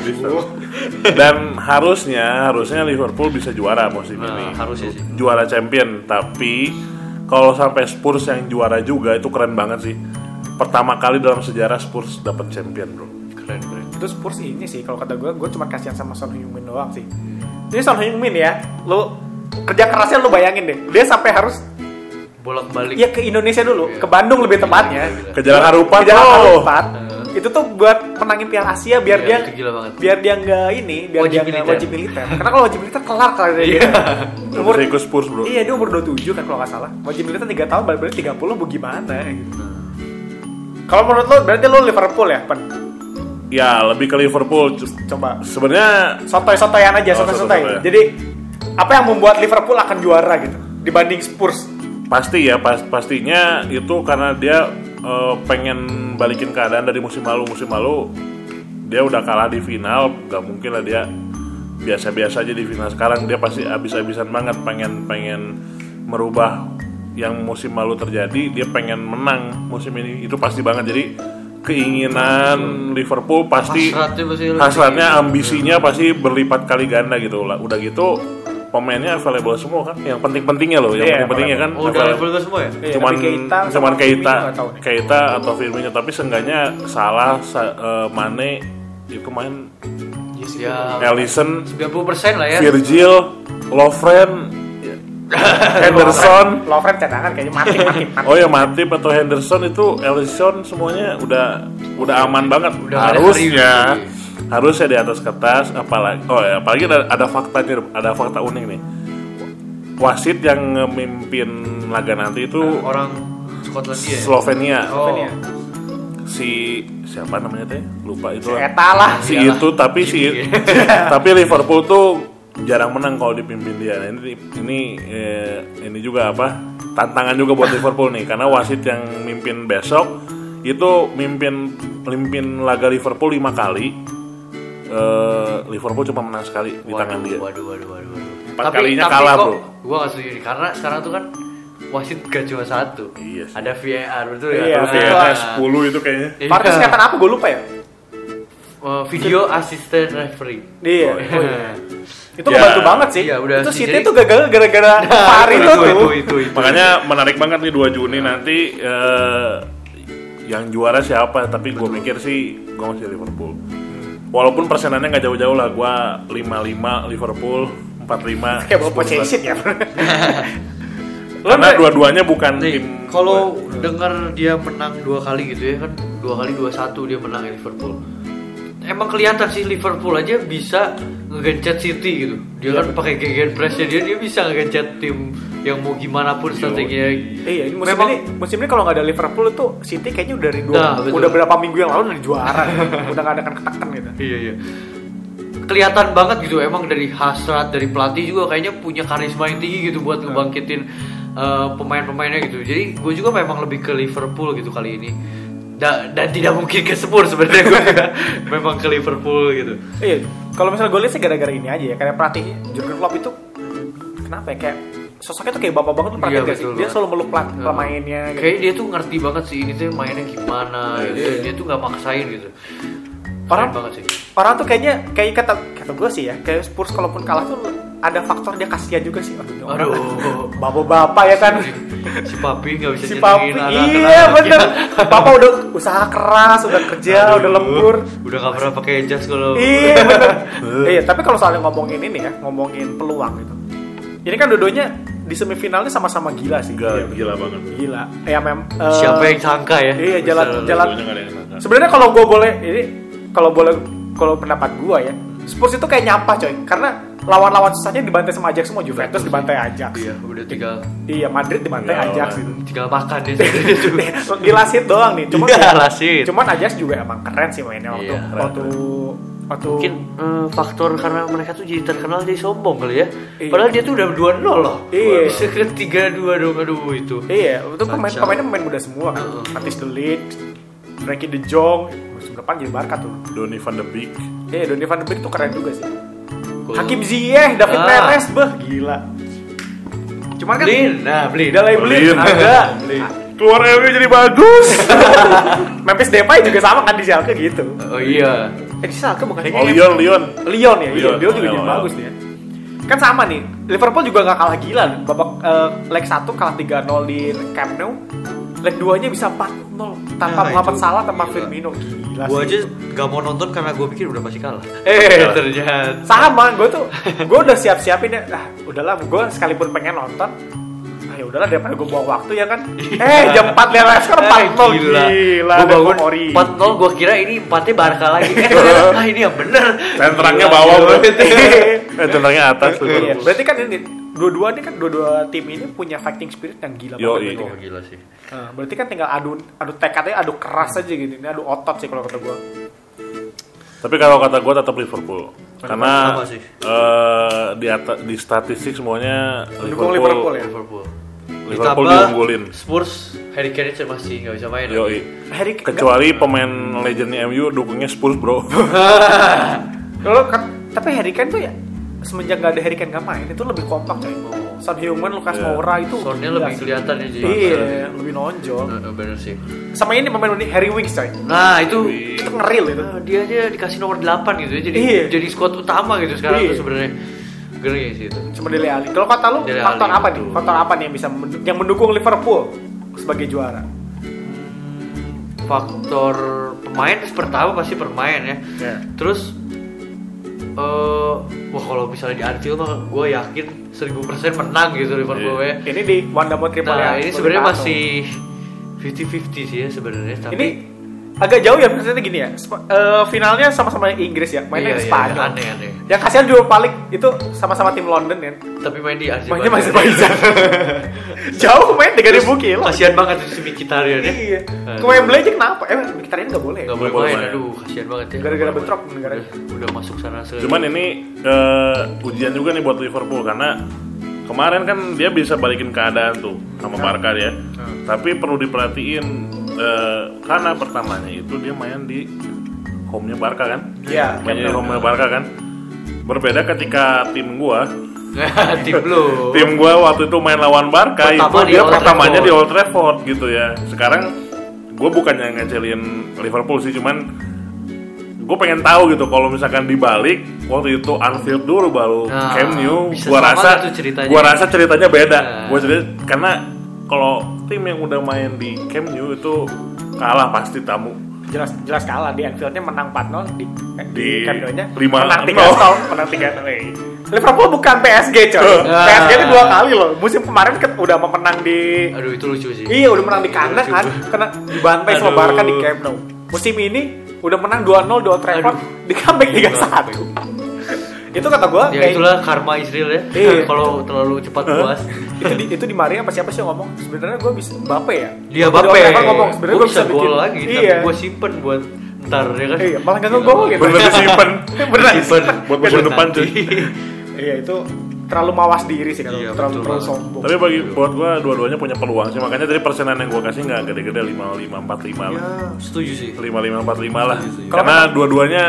Speaker 2: dan harusnya harusnya Liverpool bisa juara musim
Speaker 3: Nah,
Speaker 2: ini,
Speaker 3: harusnya sih.
Speaker 2: juara champion. Tapi kalau sampai Spurs yang juara juga itu keren banget sih. Pertama kali dalam sejarah Spurs dapat champion bro.
Speaker 3: Keren, keren.
Speaker 1: Itu Spurs ini sih kalau kata gue, gue cuma kasihan sama Son Heung-min doang sih. Ini Son Heung-min ya, lu kerja kerasnya lu bayangin deh, dia sampai harus
Speaker 3: Bolak-balik.
Speaker 1: ya ke Indonesia dulu, ke Bandung lebih tepatnya.
Speaker 2: Ke Jalan Harupat
Speaker 1: Ke Jalan
Speaker 2: bro.
Speaker 1: Harupat. Itu tuh buat menangin Piala Asia biar
Speaker 3: Iya,
Speaker 1: dia
Speaker 3: itu gila banget.
Speaker 1: biar dia nggak ini, biar
Speaker 3: Wajib
Speaker 1: dia nggak
Speaker 3: militer.
Speaker 1: wajib militer. Karena kalau wajib militer kelar kalau dia.
Speaker 3: Iya.
Speaker 1: Umur
Speaker 2: Bisa ikut Spurs bro.
Speaker 1: Iya, dia umur dua puluh tujuh kan kalau nggak salah. Wajib militer tiga tahun, berarti tiga puluh mau gimana gitu. Kalau menurut lo berarti lo Liverpool ya, Pen?
Speaker 2: Ya lebih ke Liverpool.
Speaker 1: Coba
Speaker 2: Sebenarnya
Speaker 1: sotoy-sotoyan aja,
Speaker 2: Oh,
Speaker 1: sotoy-sotoy.
Speaker 2: sotoy-sotoy.
Speaker 1: Jadi apa yang membuat Liverpool akan juara gitu dibanding Spurs?
Speaker 2: pasti ya pas pastinya itu karena dia eh, pengen balikin keadaan dari musim lalu. Musim lalu dia udah kalah di final, gak mungkin lah dia biasa-biasa aja di final. Sekarang dia pasti abis-abisan banget pengen pengen merubah yang musim lalu terjadi. Dia pengen menang musim ini, itu pasti banget. Jadi keinginan Liverpool pasti,
Speaker 3: Hasratnya pasti lebih
Speaker 2: hasratnya
Speaker 3: tinggi.
Speaker 2: ambisinya pasti berlipat kali ganda gitu lah. Udah gitu pemainnya available semua kan, yang penting-pentingnya loh, yang
Speaker 1: Iya,
Speaker 2: penting-pentingnya kan
Speaker 3: Oh, udah level ke semua ya?
Speaker 1: Iya,
Speaker 2: cuman
Speaker 1: tapi Keita sama
Speaker 2: cuman Keita
Speaker 1: Firmino nggak tahu nih.
Speaker 2: Keita atau Firmino, tapi seenggaknya Salah, Sa- eh, Mane itu main,
Speaker 3: Ya,
Speaker 2: Alisson,
Speaker 3: sembilan puluh persen lah ya.
Speaker 2: Virgil, Lovren, Henderson.
Speaker 1: Lovren cadangan kayaknya mati mati mati.
Speaker 2: Oh ya, Matip atau Henderson itu, Alisson semuanya udah udah aman banget
Speaker 3: Udah nggak ada
Speaker 2: harusnya.
Speaker 3: serius.
Speaker 2: harusnya di atas kertas, apalagi oh ya, apalagi ada, ada fakta nih, ada fakta unik nih. Wasit yang memimpin laga nanti itu
Speaker 3: Nah, orang Skotlandia.
Speaker 2: Slovenia.
Speaker 3: Oh.
Speaker 2: Si siapa namanya teh? Lupa itu.
Speaker 1: Si Eta lah.
Speaker 2: Si
Speaker 3: Iyalah.
Speaker 2: itu tapi si tapi Liverpool tuh jarang menang kalau dipimpin dia. Nah, ini ini eh, ini juga apa? Tantangan juga buat Liverpool nih karena wasit yang mimpin besok itu mimpin mimpin laga Liverpool lima kali. Eh, Liverpool cuma menang sekali di tangan dia.
Speaker 3: Waduh, waduh, waduh, waduh.
Speaker 2: Empat kalinya kalah,
Speaker 3: kok,
Speaker 2: bro.
Speaker 3: Gua gak setuju nih, karena sekarang tuh kan wasit gak cuma satu.
Speaker 2: Iya sih.
Speaker 3: Ada V A R, betul
Speaker 1: Iya.
Speaker 3: ya?
Speaker 2: V A R sepuluh itu kayaknya.
Speaker 3: Iya.
Speaker 1: V A R itu singkatan apa? Gue lupa ya.
Speaker 3: Uh, video assistant referee.
Speaker 1: Iya.
Speaker 2: Oh, iya.
Speaker 1: Itu
Speaker 2: Ya.
Speaker 1: ngebantu banget sih.
Speaker 3: Iya, udah
Speaker 1: itu
Speaker 3: sih,
Speaker 1: City
Speaker 3: jadi-
Speaker 1: tuh gagal gara-gara V A R itu
Speaker 3: itu,
Speaker 1: tuh.
Speaker 3: itu, itu, itu.
Speaker 2: Makanya menarik banget nih dua Juni nanti eh, yang juara siapa? Tapi gue mikir sih gue masih Liverpool. Walaupun persenannya nggak jauh-jauh lah, gue lima lima Liverpool, empat lima.
Speaker 1: Kayak bawa possession ya.
Speaker 2: Karena dua-duanya bukan
Speaker 3: Nih,
Speaker 2: tim.
Speaker 3: kalau dengar dia menang dua kali gitu ya kan, dua kali dua satu dia menang Liverpool. Emang kelihatan sih Liverpool aja bisa ngegencet City gitu. Dia kan pakai gegen pressnya dia dia bisa ngegencet tim yang mau gimana pun strateginya.
Speaker 1: Iya, ini musim
Speaker 3: Memang-
Speaker 1: ini musim ini kalau nggak ada Liverpool itu City kayaknya udah dari dua,
Speaker 3: Nah, betul.
Speaker 1: udah berapa minggu yang lalu udah juara. Udah nggak ada kan ketekan gitu.
Speaker 3: Iya iya. Kelihatan banget gitu emang dari hasrat dari pelatih juga kayaknya punya karisma yang tinggi gitu buat ngebangkitin uh, pemain-pemainnya gitu. Jadi gue juga memang lebih ke Liverpool gitu kali ini. Da- dan tidak mungkin ke Spurs sebenarnya gue juga memang ke Liverpool gitu.
Speaker 1: Iya, kalau misalnya gue lihat sih gara-gara ini aja ya, karena pelatih Jurgen Klopp itu kenapa ya kayak sosoknya tuh kayak bapak banget tuh perhatian
Speaker 3: Iya,
Speaker 1: gak sih?
Speaker 3: betul
Speaker 1: Dia
Speaker 3: banget.
Speaker 1: selalu meluk plat- pemainnya gitu.
Speaker 3: Kayak dia tuh ngerti banget sih ini tuh mainnya gimana gitu.
Speaker 1: Iya.
Speaker 3: Dia tuh nggak maksain gitu.
Speaker 1: Orang-
Speaker 3: Keren banget sih.
Speaker 1: Orang tuh kayaknya kayak kata kata gue sih ya, kayak Spurs kalaupun kalah tuh ada faktor dia kasihan juga sih. Aduh, ini orang
Speaker 3: Aduh.
Speaker 1: bapak-bapak ya kan.
Speaker 3: Si Papi nggak bisa
Speaker 1: Si Papi,
Speaker 3: nyenengin
Speaker 1: iya
Speaker 3: anak-anaknya.
Speaker 1: bener. Papa udah usaha keras, udah kerja, udah lembur.
Speaker 3: Udah nggak pernah pakai jas kalau.
Speaker 1: Iya bener. Iya, tapi kalau soalnya ngomongin ini ya, ngomongin peluang gitu. Ini kan dua-duanya di semifinalnya sama-sama gila sih.
Speaker 2: Gila, gila banget.
Speaker 1: Gila. Ya mem. eh,
Speaker 3: Siapa yang sangka ya?
Speaker 1: Iya, jalan
Speaker 3: Bisa-
Speaker 1: jalan.
Speaker 2: Dua-duanya nggak ada yang sangka.
Speaker 1: Sebenarnya kalau gue boleh ini kalau boleh kalau pendapat gue ya, Spurs itu kayak nyampah coy. Karena lawan-lawan susahnya dibantai sama Ajax semua, Juventus dibantai Ajax.
Speaker 3: Iya, udah tinggal
Speaker 1: Iya, Madrid dibantai
Speaker 2: Tinggal
Speaker 1: Ajax
Speaker 2: lah.
Speaker 1: gitu.
Speaker 3: tinggal makan deh sebenarnya tuh.
Speaker 1: Di Lasit doang nih. Cuman
Speaker 3: Iya,
Speaker 1: ya,
Speaker 3: Lasit.
Speaker 1: Cuman Ajax juga emang keren sih mainnya waktu
Speaker 3: Iya,
Speaker 2: keren.
Speaker 1: waktu waktu
Speaker 3: Mungkin eh, faktor karena mereka tuh jadi terkenal jadi sombong kali ya.
Speaker 1: Iya.
Speaker 3: Padahal dia tuh udah dua nol loh.
Speaker 1: Iya.
Speaker 3: Bisa ke tiga dua dong, aduh itu.
Speaker 1: iya, itu pemain
Speaker 3: Kacau.
Speaker 1: pemainnya pemain muda semua kan.
Speaker 3: Heeh.
Speaker 1: Matis De Ligt, Frankie De Jong, musim depan jadi Barca tuh.
Speaker 2: Donny van de Beek.
Speaker 1: Iya, Donny van de Beek tuh keren juga sih.
Speaker 3: Gol.
Speaker 1: Hakim Ziyech, David
Speaker 3: Ah.
Speaker 1: Neres, beh gila. Cuman kan
Speaker 3: Blin, nah Blin.
Speaker 1: Udah lah Blin,
Speaker 2: Blin.
Speaker 1: ada.
Speaker 2: Keluar M U jadi bagus.
Speaker 1: Memphis Depay juga sama kan di Schalke gitu.
Speaker 3: Oh iya.
Speaker 1: Eh di Schalke bukan
Speaker 2: Oh Lyon, Lyon.
Speaker 1: Lyon ya, iya,
Speaker 2: Lyon.
Speaker 1: dia juga
Speaker 2: Oh,
Speaker 1: jadi
Speaker 2: iya.
Speaker 1: bagus dia. Kan sama nih, Liverpool juga gak kalah gila. Babak eh, leg satu kalah tiga nol di Camp Nou. Leg dua-nya bisa empat nol tanpa
Speaker 3: Nah,
Speaker 1: Muhammad
Speaker 3: itu
Speaker 1: Salah, tanpa
Speaker 3: gila.
Speaker 1: Firmino. Gila
Speaker 3: Gua
Speaker 1: sih.
Speaker 3: aja gak mau nonton karena gue pikir udah pasti kalah. Eh ternyata.
Speaker 1: Sama, gue tuh gue udah siap-siapin ya. Ah, udahlah, gue sekalipun pengen nonton. Ah, ya udahlah daripada gue buang waktu ya kan. Eh, jam empat lihat live score empat nol. Gila. Gila.
Speaker 3: Gue bangun
Speaker 1: Ori.
Speaker 3: empat nol, gue kira ini empatnya Barca lagi. Eh ternyata, ah ini yang bener.
Speaker 2: Senterangnya
Speaker 3: Gila,
Speaker 2: bawah,
Speaker 3: gila.
Speaker 2: bro. Eh, senterangnya atas.
Speaker 1: Iya, berarti kan ini dua-dua ini kan dua-dua tim ini punya fighting spirit yang gila
Speaker 2: Yo,
Speaker 1: banget.
Speaker 2: iya.
Speaker 1: berarti
Speaker 3: Oh
Speaker 1: kan.
Speaker 3: gila sih.
Speaker 1: Nah, berarti kan tinggal adu adu tekadnya, adu keras aja gitu. Ini adu otot sih kalau kata gue.
Speaker 2: Tapi kalau kata gue tetap Liverpool. Karena
Speaker 3: Sama sih.
Speaker 2: eh, di atas di statistik semuanya
Speaker 1: Mendukung
Speaker 2: Liverpool.
Speaker 1: Liverpool ya.
Speaker 3: Liverpool.
Speaker 2: Liverpool
Speaker 3: Ditambah
Speaker 2: diunggulin.
Speaker 3: Spurs, Harry Kane masih nggak bisa main.
Speaker 2: Yoi.
Speaker 1: Harry
Speaker 2: Kecuali pemain legendnya M U dukungnya Spurs, bro.
Speaker 1: kalau kan, tapi Harry Kane tuh ya semenjak gak ada Harry Kane gak main itu lebih kompak coy. Son Heung-min, Lucas
Speaker 2: Iya.
Speaker 1: Moura itu
Speaker 3: Sonnya
Speaker 1: gila
Speaker 3: lebih
Speaker 1: sih.
Speaker 3: kelihatan ya jadi.
Speaker 1: Iya, lebih nonjol.
Speaker 3: Nah, bener sih.
Speaker 1: Sama ini pemain unik Harry Winks coy.
Speaker 3: Nah itu
Speaker 1: Itu ngeril itu.
Speaker 3: Nah, dia aja dikasih nomor delapan gitu ya, jadi
Speaker 1: Iya.
Speaker 3: jadi squad utama gitu sekarang
Speaker 1: Iya.
Speaker 3: tuh sebenarnya. Geli sih itu.
Speaker 1: Cuma Dele Alli. Kalau kata lu
Speaker 3: Dele
Speaker 1: faktor
Speaker 3: Alli,
Speaker 1: apa
Speaker 3: betul.
Speaker 1: nih? Faktor apa nih yang bisa mendu- yang mendukung Liverpool sebagai juara?
Speaker 3: Faktor pemain pertama pasti pemain ya.
Speaker 1: Ya.
Speaker 3: Terus eh wah kalau misalnya di Anfield mah gue yakin seribu persen menang gitu Liverpool
Speaker 2: Iya.
Speaker 3: ya.
Speaker 1: Ini di Wanda Tripoli.
Speaker 3: Nah, ini sebenarnya masih fifty fifty sih ya sebenarnya, tapi
Speaker 1: Ini agak jauh ya maksudnya gini ya. Sp- uh, finalnya sama-sama Inggris ya, mainnya
Speaker 3: Iya,
Speaker 1: di
Speaker 3: iya,
Speaker 1: Spanyol.
Speaker 3: aneh, aneh.
Speaker 1: Yang kasihan Europa League itu sama-sama tim London kan.
Speaker 3: Tapi main di Azerbaijan.
Speaker 1: Mainnya masih Azerbaijan. Jauh main tiga ribu kilo.
Speaker 3: Kasihan banget itu si Mkhitaryan ya.
Speaker 1: Iya. Ke Wembley aja kenapa? Eh, Mkhitaryan nggak boleh.
Speaker 3: Gak boleh
Speaker 2: boleh
Speaker 3: main,
Speaker 2: main.
Speaker 3: aduh kasihan banget ya.
Speaker 1: Gara-gara bentrok negara.
Speaker 3: Udah, udah masuk sana se.
Speaker 2: Cuman ini uh, ujian juga nih buat Liverpool karena kemarin kan dia bisa balikin keadaan tuh sama Barca ya. Tapi perlu diperhatiin uh, karena pertamanya itu dia main di home-nya Barca kan.
Speaker 1: Iya,
Speaker 2: Mainnya di home-nya Barca kan. Berbeda ketika tim gua
Speaker 3: Tim lu.
Speaker 2: tim gua waktu itu main lawan Barca
Speaker 3: Pertama
Speaker 2: itu
Speaker 3: di
Speaker 2: dia
Speaker 3: Old
Speaker 2: pertamanya
Speaker 3: Trafford.
Speaker 2: di Old Trafford gitu ya. Sekarang gua bukannya ngecelin Liverpool sih, cuman gue pengen tahu gitu kalau misalkan dibalik waktu itu Anfield dulu baru
Speaker 3: Nah,
Speaker 2: Camp Nou,
Speaker 3: bisa
Speaker 2: gua
Speaker 3: sama
Speaker 2: rasa
Speaker 3: tuh ceritanya.
Speaker 2: gua rasa ceritanya beda.
Speaker 3: Nah.
Speaker 2: Gua cerita karena kalau tim yang udah main di Camp Nou itu kalah pasti tamu.
Speaker 1: Jelas jelas kalah di Anfieldnya menang empat nol di eh, di,
Speaker 2: Di
Speaker 1: Camp Nou-nya
Speaker 2: lima
Speaker 1: menang tiga
Speaker 2: nol.
Speaker 1: nol, menang tiga nol. Liverpool bukan P S G coy.
Speaker 3: Ah.
Speaker 1: P S G itu dua kali loh. Musim kemarin kan udah menang di
Speaker 3: Aduh itu lucu sih.
Speaker 1: Iya, udah menang di kandang kan, kena dibantai sama
Speaker 3: Aduh.
Speaker 1: Barca di Camp Nou. Musim ini udah menang dua nol di Old Trafford, di comeback tiga satu. Itu kata gue
Speaker 3: Ya itulah karma Israel ya.
Speaker 1: Iya.
Speaker 3: Kalau terlalu cepat puas.
Speaker 1: itu di itu di Maria apa siapa sih yang ngomong sebenarnya gue bisa Mbappe ya
Speaker 3: Dia
Speaker 1: Waktu di
Speaker 3: Bape.
Speaker 1: Old Trafford ngomong sebenarnya
Speaker 3: Gue
Speaker 1: gue
Speaker 3: bisa
Speaker 1: bisa
Speaker 3: gol
Speaker 1: bikin
Speaker 3: lagi,
Speaker 1: iya
Speaker 3: tapi gue simpen buat ntar ya kan.
Speaker 1: iya malah nggak ngegol gitu
Speaker 2: Bener disimpan
Speaker 1: bener
Speaker 3: Simpen
Speaker 2: buat musim depan cuy.
Speaker 1: iya itu terlalu mawas diri sih kan
Speaker 3: Iya,
Speaker 1: terlalu
Speaker 3: betul
Speaker 1: terlalu
Speaker 3: banget.
Speaker 1: sombong
Speaker 2: Tapi bagi buat gua dua-duanya punya peluang sih, makanya dari persenan yang gua kasih nggak gede-gede lima lima empat lima lah.
Speaker 1: ya.
Speaker 3: Setuju sih.
Speaker 2: lima lima empat lima lah.
Speaker 3: Kalau
Speaker 2: Karena dua-duanya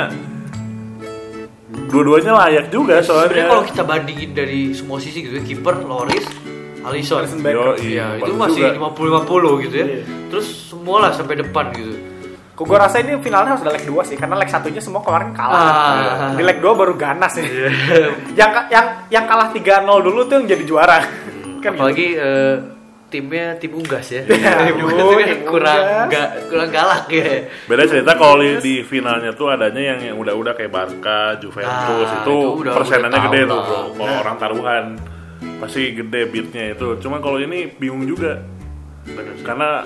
Speaker 2: dua-duanya layak juga
Speaker 3: Sebenarnya
Speaker 2: soalnya.
Speaker 3: kalau kita bandingin dari semua sisi gitu ya, kiper, Loris, Alisson.
Speaker 1: Alisson Becker.
Speaker 2: Yo,
Speaker 3: Iya, itu
Speaker 2: bagus
Speaker 3: masih
Speaker 2: juga.
Speaker 3: lima puluh lima puluh gitu ya.
Speaker 1: Iya.
Speaker 3: Terus semua lah sampai depan gitu.
Speaker 1: Kok gue rasa ini finalnya harus ada leg dua sih karena leg satunya semua kemarin kalah
Speaker 3: Ah.
Speaker 1: di leg dua baru ganas sih
Speaker 3: Iya.
Speaker 1: yang yang yang kalah tiga nol dulu tuh yang jadi juara kan gitu.
Speaker 3: Apalagi eh, timnya tim unggas ya.
Speaker 1: Ya,
Speaker 3: Tim
Speaker 1: aduh,
Speaker 3: unggas itu kan
Speaker 1: tim
Speaker 3: kurang
Speaker 1: unggas.
Speaker 3: ga, kurang galak ya.
Speaker 2: Beda cerita kalau di, di finalnya tuh adanya yang yang udah-udah kayak Barca, Juventus
Speaker 3: Ah,
Speaker 2: itu,
Speaker 3: itu udah-
Speaker 2: persenannya
Speaker 3: udah
Speaker 2: gede
Speaker 3: tahu
Speaker 2: tuh
Speaker 3: lah.
Speaker 2: bro. Kalau orang taruhan pasti gede beatnya itu. Cuma kalau ini bingung juga
Speaker 3: Bener sih.
Speaker 2: karena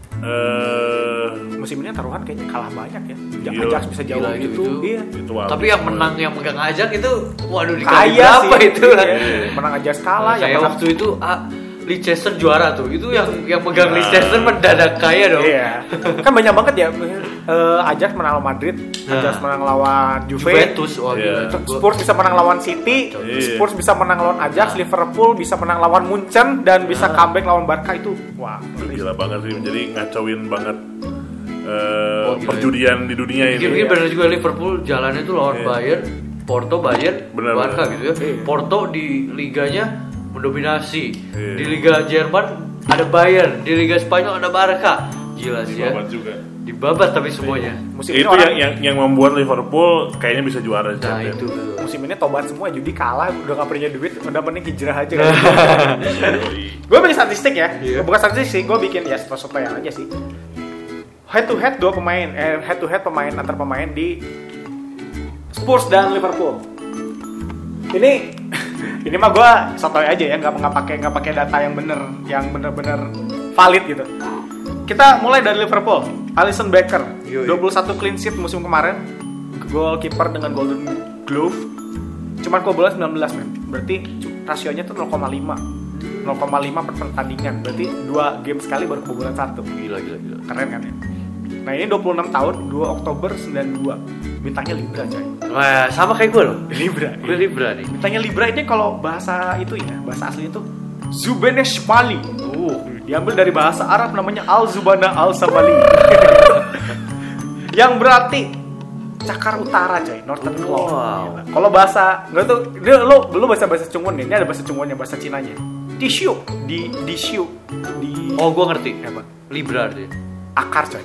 Speaker 2: eh
Speaker 1: musim ini taruhan kayaknya kalah banyak ya yang
Speaker 2: Gila.
Speaker 1: Ajax bisa jauh
Speaker 3: Gila,
Speaker 1: gitu
Speaker 3: itu- itu.
Speaker 1: iya
Speaker 2: itu
Speaker 3: Tapi yang menang yang megang ajak itu waduh dikali
Speaker 1: kaya
Speaker 3: berapa
Speaker 1: sih
Speaker 3: itu lah.
Speaker 1: iya. menang Ajax kalah
Speaker 3: Kayak
Speaker 1: yang menang
Speaker 3: waktu itu ah, Leicester juara tuh. Itu yang yang megang Leicester mendadak kaya dong.
Speaker 1: iya kan banyak banget ya eh, Ajax menang lawan Madrid Ajax
Speaker 3: Nah.
Speaker 1: menang lawan Juve
Speaker 3: Juventus wah
Speaker 2: Iya.
Speaker 3: gila. Gua-
Speaker 1: Spurs bisa menang lawan City,
Speaker 2: Iya.
Speaker 1: Spurs bisa menang lawan Ajax, Liverpool bisa menang lawan Munchen dan bisa comeback lawan Barca itu. Wah,
Speaker 2: gila banget sih, jadi ngacauin banget eh,
Speaker 3: Oh, gila.
Speaker 2: perjudian di dunia ini.
Speaker 3: Mungkin benar juga Liverpool jalannya tuh lawan
Speaker 2: Iya.
Speaker 3: Bayern, Porto, Bayern,
Speaker 2: Bener,
Speaker 3: Barca
Speaker 2: bener.
Speaker 3: gitu ya.
Speaker 1: Iya.
Speaker 3: Porto di liganya mendominasi.
Speaker 2: Iya.
Speaker 3: Di Liga Jerman ada Bayern, di Liga Spanyol ada Barca. Gila sih ya.
Speaker 2: Babat juga.
Speaker 3: Dibabat tapi semuanya.
Speaker 1: musim ini
Speaker 2: Itu
Speaker 1: orang,
Speaker 2: yang, yang yang membuat Liverpool kayaknya bisa juara
Speaker 3: Nah,
Speaker 2: Champions.
Speaker 3: itu tuh.
Speaker 1: musim ini tobat semua judi kalah udah gak punya duit udah mending hijrah aja kan.
Speaker 2: Yoi.
Speaker 1: Gue bikin statistik ya,
Speaker 3: Iya.
Speaker 1: bukan statistik sih, gue bikin ya soto yang aja sih. Head to head dua pemain, eh, head to head pemain antar pemain di Spurs dan Liverpool. Ini ini mah gue sotoy aja ya, nggak nggak pakai nggak pakai data yang bener, yang bener-bener valid gitu. Kita mulai dari Liverpool, Alisson Becker,
Speaker 3: Yoi.
Speaker 1: dua puluh satu clean sheet musim kemarin, goalkeeper dengan Golden Glove, cuman kebobolan sembilan belas men, berarti rasionya tuh nol koma lima, nol koma lima per pertandingan, berarti dua game sekali baru kebobolan satu,
Speaker 3: Gila gila gila.
Speaker 1: keren kan ya? Nah ini dua puluh enam tahun, dua Oktober sembilan puluh dua, bintangnya Libra coy,
Speaker 3: Wah, sama kayak gue loh.
Speaker 1: Libra,
Speaker 3: Gue Libra nih.
Speaker 1: bintangnya Libra ini kalau bahasa itu ya, bahasa aslinya tuh Zubeneshmali. Uh, diambil dari bahasa Arab namanya Al-Zubana Al-Samali. Yang berarti cakar utara coy, Northern Claw.
Speaker 3: Wow.
Speaker 1: Kalau bahasa enggak tuh, dia lo belum bahasa bahasa Cungun nih. Ini ada bahasa Cungunnya, bahasa Cinanya. Tishu, di dishu, di
Speaker 3: Oh, gue ngerti.
Speaker 1: apa?
Speaker 3: Libra dia.
Speaker 1: Akar coy.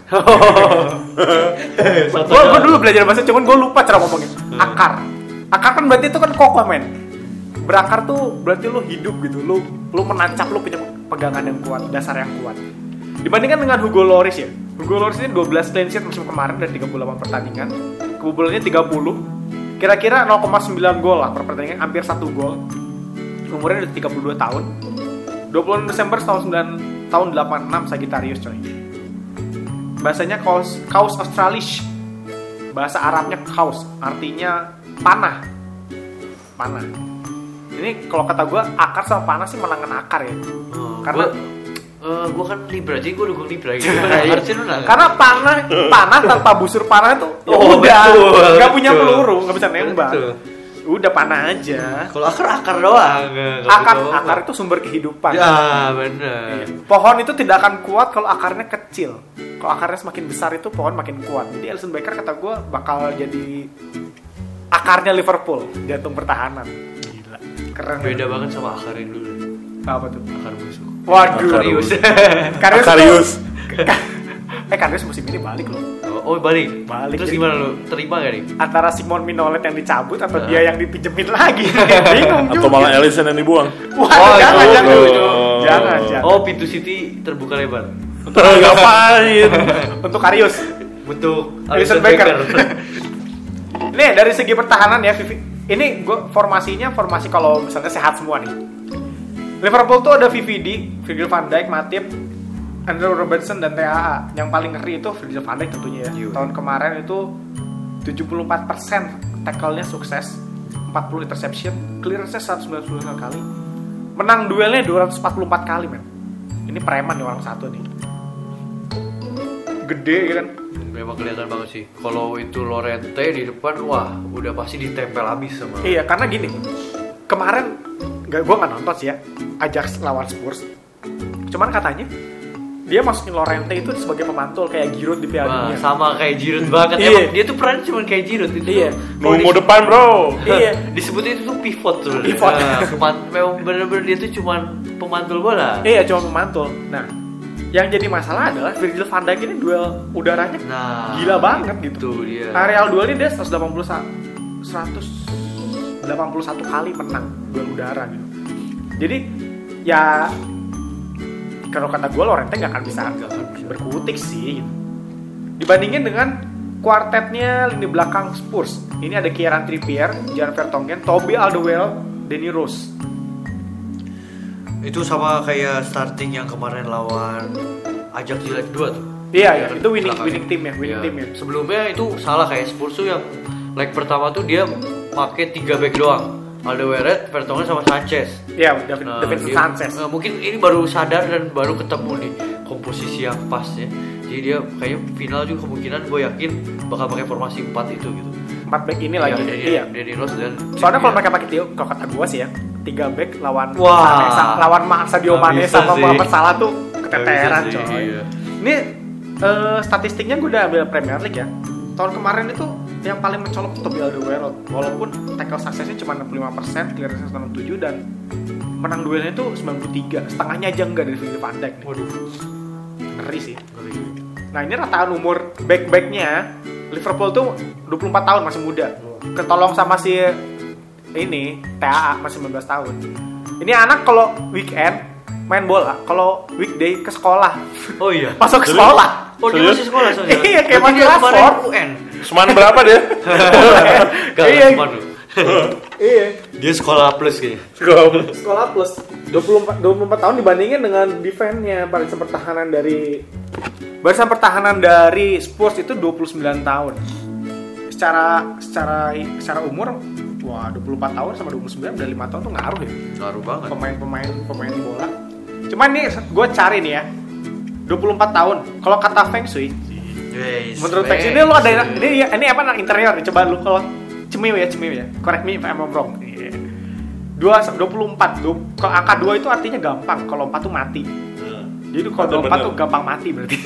Speaker 1: Gue gue dulu belajar bahasa Cungun, gue lupa cara ngomongnya. Akar. Akar kan berarti itu kan kokoh men. Berakar tuh berarti lu hidup gitu, lu lu menancap, lu punya pegangan yang kuat, dasar yang kuat. Dibandingkan dengan Hugo Lloris ya. Hugo Lloris ini dua belas clean sheet musim kemarin dari tiga puluh delapan pertandingan. Kebobolannya tiga puluh. Kira-kira nol koma sembilan gol lah per pertandingan, hampir satu gol. Umurnya udah tiga puluh dua tahun. dua puluh enam Desember tahun sembilan tahun delapan puluh enam Sagittarius coy. bahasanya kaus kaus Australis. Bahasa Arabnya kaus, artinya panah. Panah. Ini kalau kata gue akar sama panah sih menangan akar ya.
Speaker 3: Oh,
Speaker 1: Karena
Speaker 3: gua, uh, gua kan Libra, jadi gue dukung Libra gitu. Harusnya lu nangkap.
Speaker 1: Karena panah panah tanpa busur panah itu ya
Speaker 3: Oh,
Speaker 1: udah
Speaker 3: betul,
Speaker 1: nggak punya
Speaker 3: betul.
Speaker 1: peluru, nggak bisa nembak.
Speaker 3: Betul.
Speaker 1: Udah panah aja.
Speaker 3: Kalau akar akar doang. nggak
Speaker 1: Akar
Speaker 3: gitu.
Speaker 1: akar itu sumber kehidupan.
Speaker 3: Ya benar.
Speaker 1: Pohon itu tidak akan kuat kalau akarnya kecil. Kalau akarnya semakin besar itu pohon makin kuat. Jadi Alisson Becker kata gue bakal jadi akarnya Liverpool, jantung pertahanan. Gila, keren.
Speaker 3: Beda banget sama akar yang dulu.
Speaker 1: Apa tuh?
Speaker 3: Akar busuk.
Speaker 1: Waduh,
Speaker 2: Akarius.
Speaker 1: Karius.
Speaker 2: Akarius.
Speaker 1: eh Karius musim ini balik loh.
Speaker 3: Oh, oh balik.
Speaker 1: Balik.
Speaker 3: Terus
Speaker 1: Jadi-
Speaker 3: gimana lu? Terima gak nih?
Speaker 1: Antara Simon Mignolet yang dicabut atau
Speaker 3: Nah.
Speaker 1: dia yang dipinjemin lagi. Bingung
Speaker 2: Atau
Speaker 1: juga.
Speaker 2: malah Alisson yang dibuang.
Speaker 1: Wah,
Speaker 3: Oh,
Speaker 1: jangan,
Speaker 3: itu.
Speaker 1: jangan,
Speaker 2: Oh.
Speaker 1: jangan, jangan.
Speaker 3: Oh, pintu City terbuka lebar.
Speaker 2: Ngapain?
Speaker 1: Untuk Karius.
Speaker 3: Untuk
Speaker 1: Alisson Becker. Nih dari segi pertahanan ya, Vivi. Ini gue formasinya formasi kalau misalnya sehat semua nih. Liverpool tuh ada V V D, Virgil van Dijk, Matip, Andrew Robertson dan T A A. Yang paling ngeri itu Virgil van Dijk tentunya ya.
Speaker 3: Iya.
Speaker 1: Tahun kemarin itu tujuh puluh empat persen tackle-nya sukses, empat puluh interception, clearance-nya seratus sembilan puluh sembilan kali. Menang duelnya dua ratus empat puluh empat kali, men. Ini preman nih orang satu nih. Gede ya kan.
Speaker 3: Memang kelihatan banget sih. Kalau itu Lorente di depan, wah, udah pasti ditempel habis sama.
Speaker 1: Iya, karena gini. Kemarin gak, gue nggak nonton sih ya Ajax lawan Spurs. Cuman katanya dia masukin Lorente itu sebagai pemantul kayak Giroud di Piala
Speaker 3: Wah,
Speaker 1: Dunia.
Speaker 3: sama kayak Giroud banget.
Speaker 1: Iya.
Speaker 3: Emang dia tuh peran cuma kayak Giroud itu.
Speaker 1: Iya.
Speaker 3: Kalau
Speaker 2: Mau
Speaker 3: dis-
Speaker 2: depan bro.
Speaker 1: Iya.
Speaker 3: disebutnya itu tuh pivot tuh.
Speaker 1: Pivot.
Speaker 3: Nah, peman- memang bener-bener dia tuh cuma pemantul bola.
Speaker 1: Iya, cuma pemantul. Nah, yang jadi masalah adalah Virgil van Dijk ini duel udaranya
Speaker 3: Nah,
Speaker 1: gila banget gitu.
Speaker 3: Tuh dia.
Speaker 1: Areal duelnya dia seratus delapan puluh satu seratus delapan puluh satu kali menang duel udara gitu. Jadi ya kalau kata gue Lorente nggak akan bisa
Speaker 3: Nggak akan bisa.
Speaker 1: berkutik sih gitu. Dibandingin dengan kuartetnya lini belakang Spurs. Ini ada Kieran Trippier, Jan Vertonghen, Toby Alderweireld, Danny Rose.
Speaker 3: Itu sama kayak starting yang kemarin lawan Ajax di leg dua tuh.
Speaker 1: Iya, iya, itu winning
Speaker 3: Belakangnya.
Speaker 1: winning team ya, winning
Speaker 3: Iya.
Speaker 1: team ya.
Speaker 3: Sebelumnya itu salah kayak Spurs tuh yang leg pertama tuh dia pakai tiga back doang. Alderweireld, Vertonghen sama Sanchez.
Speaker 1: Iya, David,
Speaker 3: Nah,
Speaker 1: David
Speaker 3: dia-
Speaker 1: Sanchez.
Speaker 3: nah, mungkin ini baru sadar dan baru ketemu nih komposisi yang pas ya. Jadi dia kayaknya final juga kemungkinan gue yakin bakal pakai formasi empat itu gitu.
Speaker 1: Empat back ini lagi.
Speaker 3: Iya,
Speaker 1: Iya.
Speaker 3: Danny Rose dan
Speaker 1: Soalnya kalau mereka pakai Tio, kalau kata gua sih ya, tiga back lawan
Speaker 3: Wah.
Speaker 1: Mane, sa- lawan Ma- Sadio
Speaker 3: Nggak
Speaker 1: Mane
Speaker 3: bisa
Speaker 1: sama
Speaker 3: sih.
Speaker 1: Muhammad Salah tuh
Speaker 3: Nggak
Speaker 1: keteteran
Speaker 3: bisa sih,
Speaker 1: coy.
Speaker 3: iya.
Speaker 1: Ini eh, statistiknya gue udah ambil Premier League ya. Tahun kemarin itu yang paling mencolok Toby Alderweireld. Walaupun tackle success-nya cuma enam puluh lima persen, clearance enam puluh tujuh dan menang duelnya itu sembilan puluh tiga. Setengahnya aja enggak dari Virgil van Dijk nih.
Speaker 3: Waduh.
Speaker 1: Ngeri sih. Nah, ini rataan umur back-backnya Liverpool tuh dua puluh empat tahun, masih muda. Ketolong sama si ini T A A masih sembilan belas tahun. Ini anak kalau weekend main bola, kalau weekday ke sekolah.
Speaker 3: Oh iya.
Speaker 1: Masuk ke sekolah.
Speaker 3: Oh dia
Speaker 2: Serius?
Speaker 3: masih sekolah soalnya.
Speaker 1: Iya, kayak
Speaker 3: Berarti
Speaker 1: Michael
Speaker 3: dia kemarin
Speaker 1: Rashford.
Speaker 3: U N.
Speaker 2: Seman berapa dia?
Speaker 3: Gak
Speaker 1: Iya.
Speaker 3: cuma lu.
Speaker 1: Iya,
Speaker 3: Dia sekolah plus kayaknya.
Speaker 1: sekolah plus dua puluh empat dua puluh empat tahun dibandingin dengan defense-nya, barisan pertahanan dari barisan pertahanan dari Spurs itu dua puluh sembilan tahun. Secara secara secara umur wah dua puluh empat tahun sama dua puluh sembilan udah lima tahun tuh ngaruh ya.
Speaker 3: Ngaruh banget.
Speaker 1: Pemain-pemain pemain bola. Cuman nih gue cari nih ya. dua puluh empat tahun. Kalau kata Feng Shui,
Speaker 3: Yes,
Speaker 1: menurut Feng Shui ini lu ada ini ini apa nah, interior nih, coba lu kalau cemiu ya, cemiu ya. Correct me if I'm wrong. Iya. dua dua puluh empat. Du- Kalau angka dua itu artinya gampang, kalau empat tuh mati. Jadi kalau dua puluh empat
Speaker 2: Bener.
Speaker 1: tuh gampang mati berarti.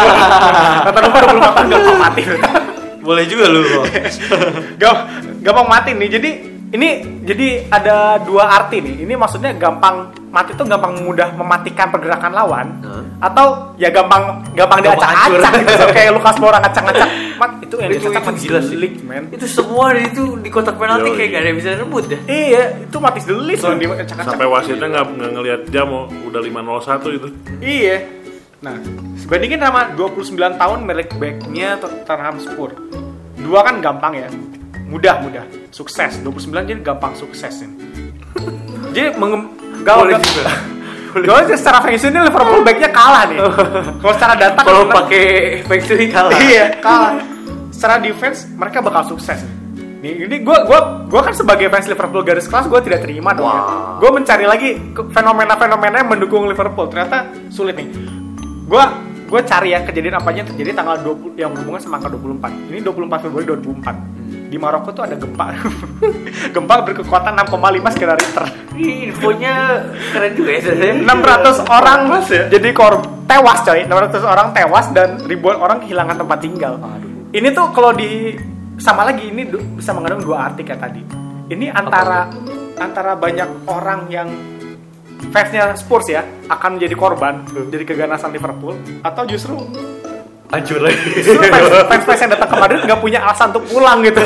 Speaker 1: Kata lu dua puluh empat tahun gampang mati berarti.
Speaker 3: Boleh juga lu kok.
Speaker 1: Gam- gampang mati nih. Jadi ini jadi ada dua arti nih. Ini maksudnya gampang mati tuh gampang mudah mematikan pergerakan lawan,
Speaker 3: Huh?
Speaker 1: atau ya gampang gampang
Speaker 3: Gampang
Speaker 1: diacak-acak
Speaker 3: hancur.
Speaker 1: gitu. So, kayak Lukas Moura ngacak-ngacak. Mat itu yang
Speaker 3: Itu-
Speaker 1: diacak
Speaker 3: itu
Speaker 1: mati
Speaker 3: gila sih.
Speaker 1: delik, men.
Speaker 3: Itu semua itu di kotak penalti
Speaker 2: Yo,
Speaker 3: kayak
Speaker 2: iya.
Speaker 3: gak ada yang bisa rebut ya.
Speaker 1: Iya, itu mati delik loh diacak-acak.
Speaker 2: Sampai wasitnya nggak nggak ngelihat jam, oh, udah lima nol satu itu.
Speaker 1: Iya. Nah, sebandingin sama dua puluh sembilan tahun milik backnya Tottenham Spurs. Dua kan gampang ya. Mudah, mudah. Sukses. dua puluh sembilan jadi gampang sukses ini. Jadi mengem- gaul
Speaker 3: Boleh
Speaker 1: ga-
Speaker 3: juga.
Speaker 1: Gue secara feng shui ini Liverpool backnya kalah nih. Kalau secara data
Speaker 3: Kalau pakai feng shui kalah.
Speaker 1: Iya, kalah. Secara defense mereka bakal sukses. Nih, ini gue gue gue kan sebagai fans Liverpool garis kelas gue tidak terima dong. Ya. Gue mencari lagi fenomena-fenomena yang mendukung Liverpool. Ternyata sulit nih. Gue gue cari ya kejadian apanya yang terjadi tanggal dua puluh yang berhubungan sama angka dua puluh empat. Ini dua puluh empat Februari dua ribu empat. Di Maroko tuh ada gempa. Gempa berkekuatan enam koma lima skala Richter.
Speaker 3: Ih, infonya keren juga ya.
Speaker 1: enam ratus orang ya? Jadi korban tewas coy. enam ratus orang tewas dan ribuan orang kehilangan tempat tinggal. Aduh. Ini tuh kalau di sama lagi ini bisa mengandung dua arti kayak tadi. Ini antara Apa? antara banyak orang yang fansnya Spurs ya akan menjadi korban dari keganasan Liverpool atau justru
Speaker 3: hancur lagi.
Speaker 1: Justru fans fans yang datang ke Madrid nggak punya alasan untuk pulang gitu.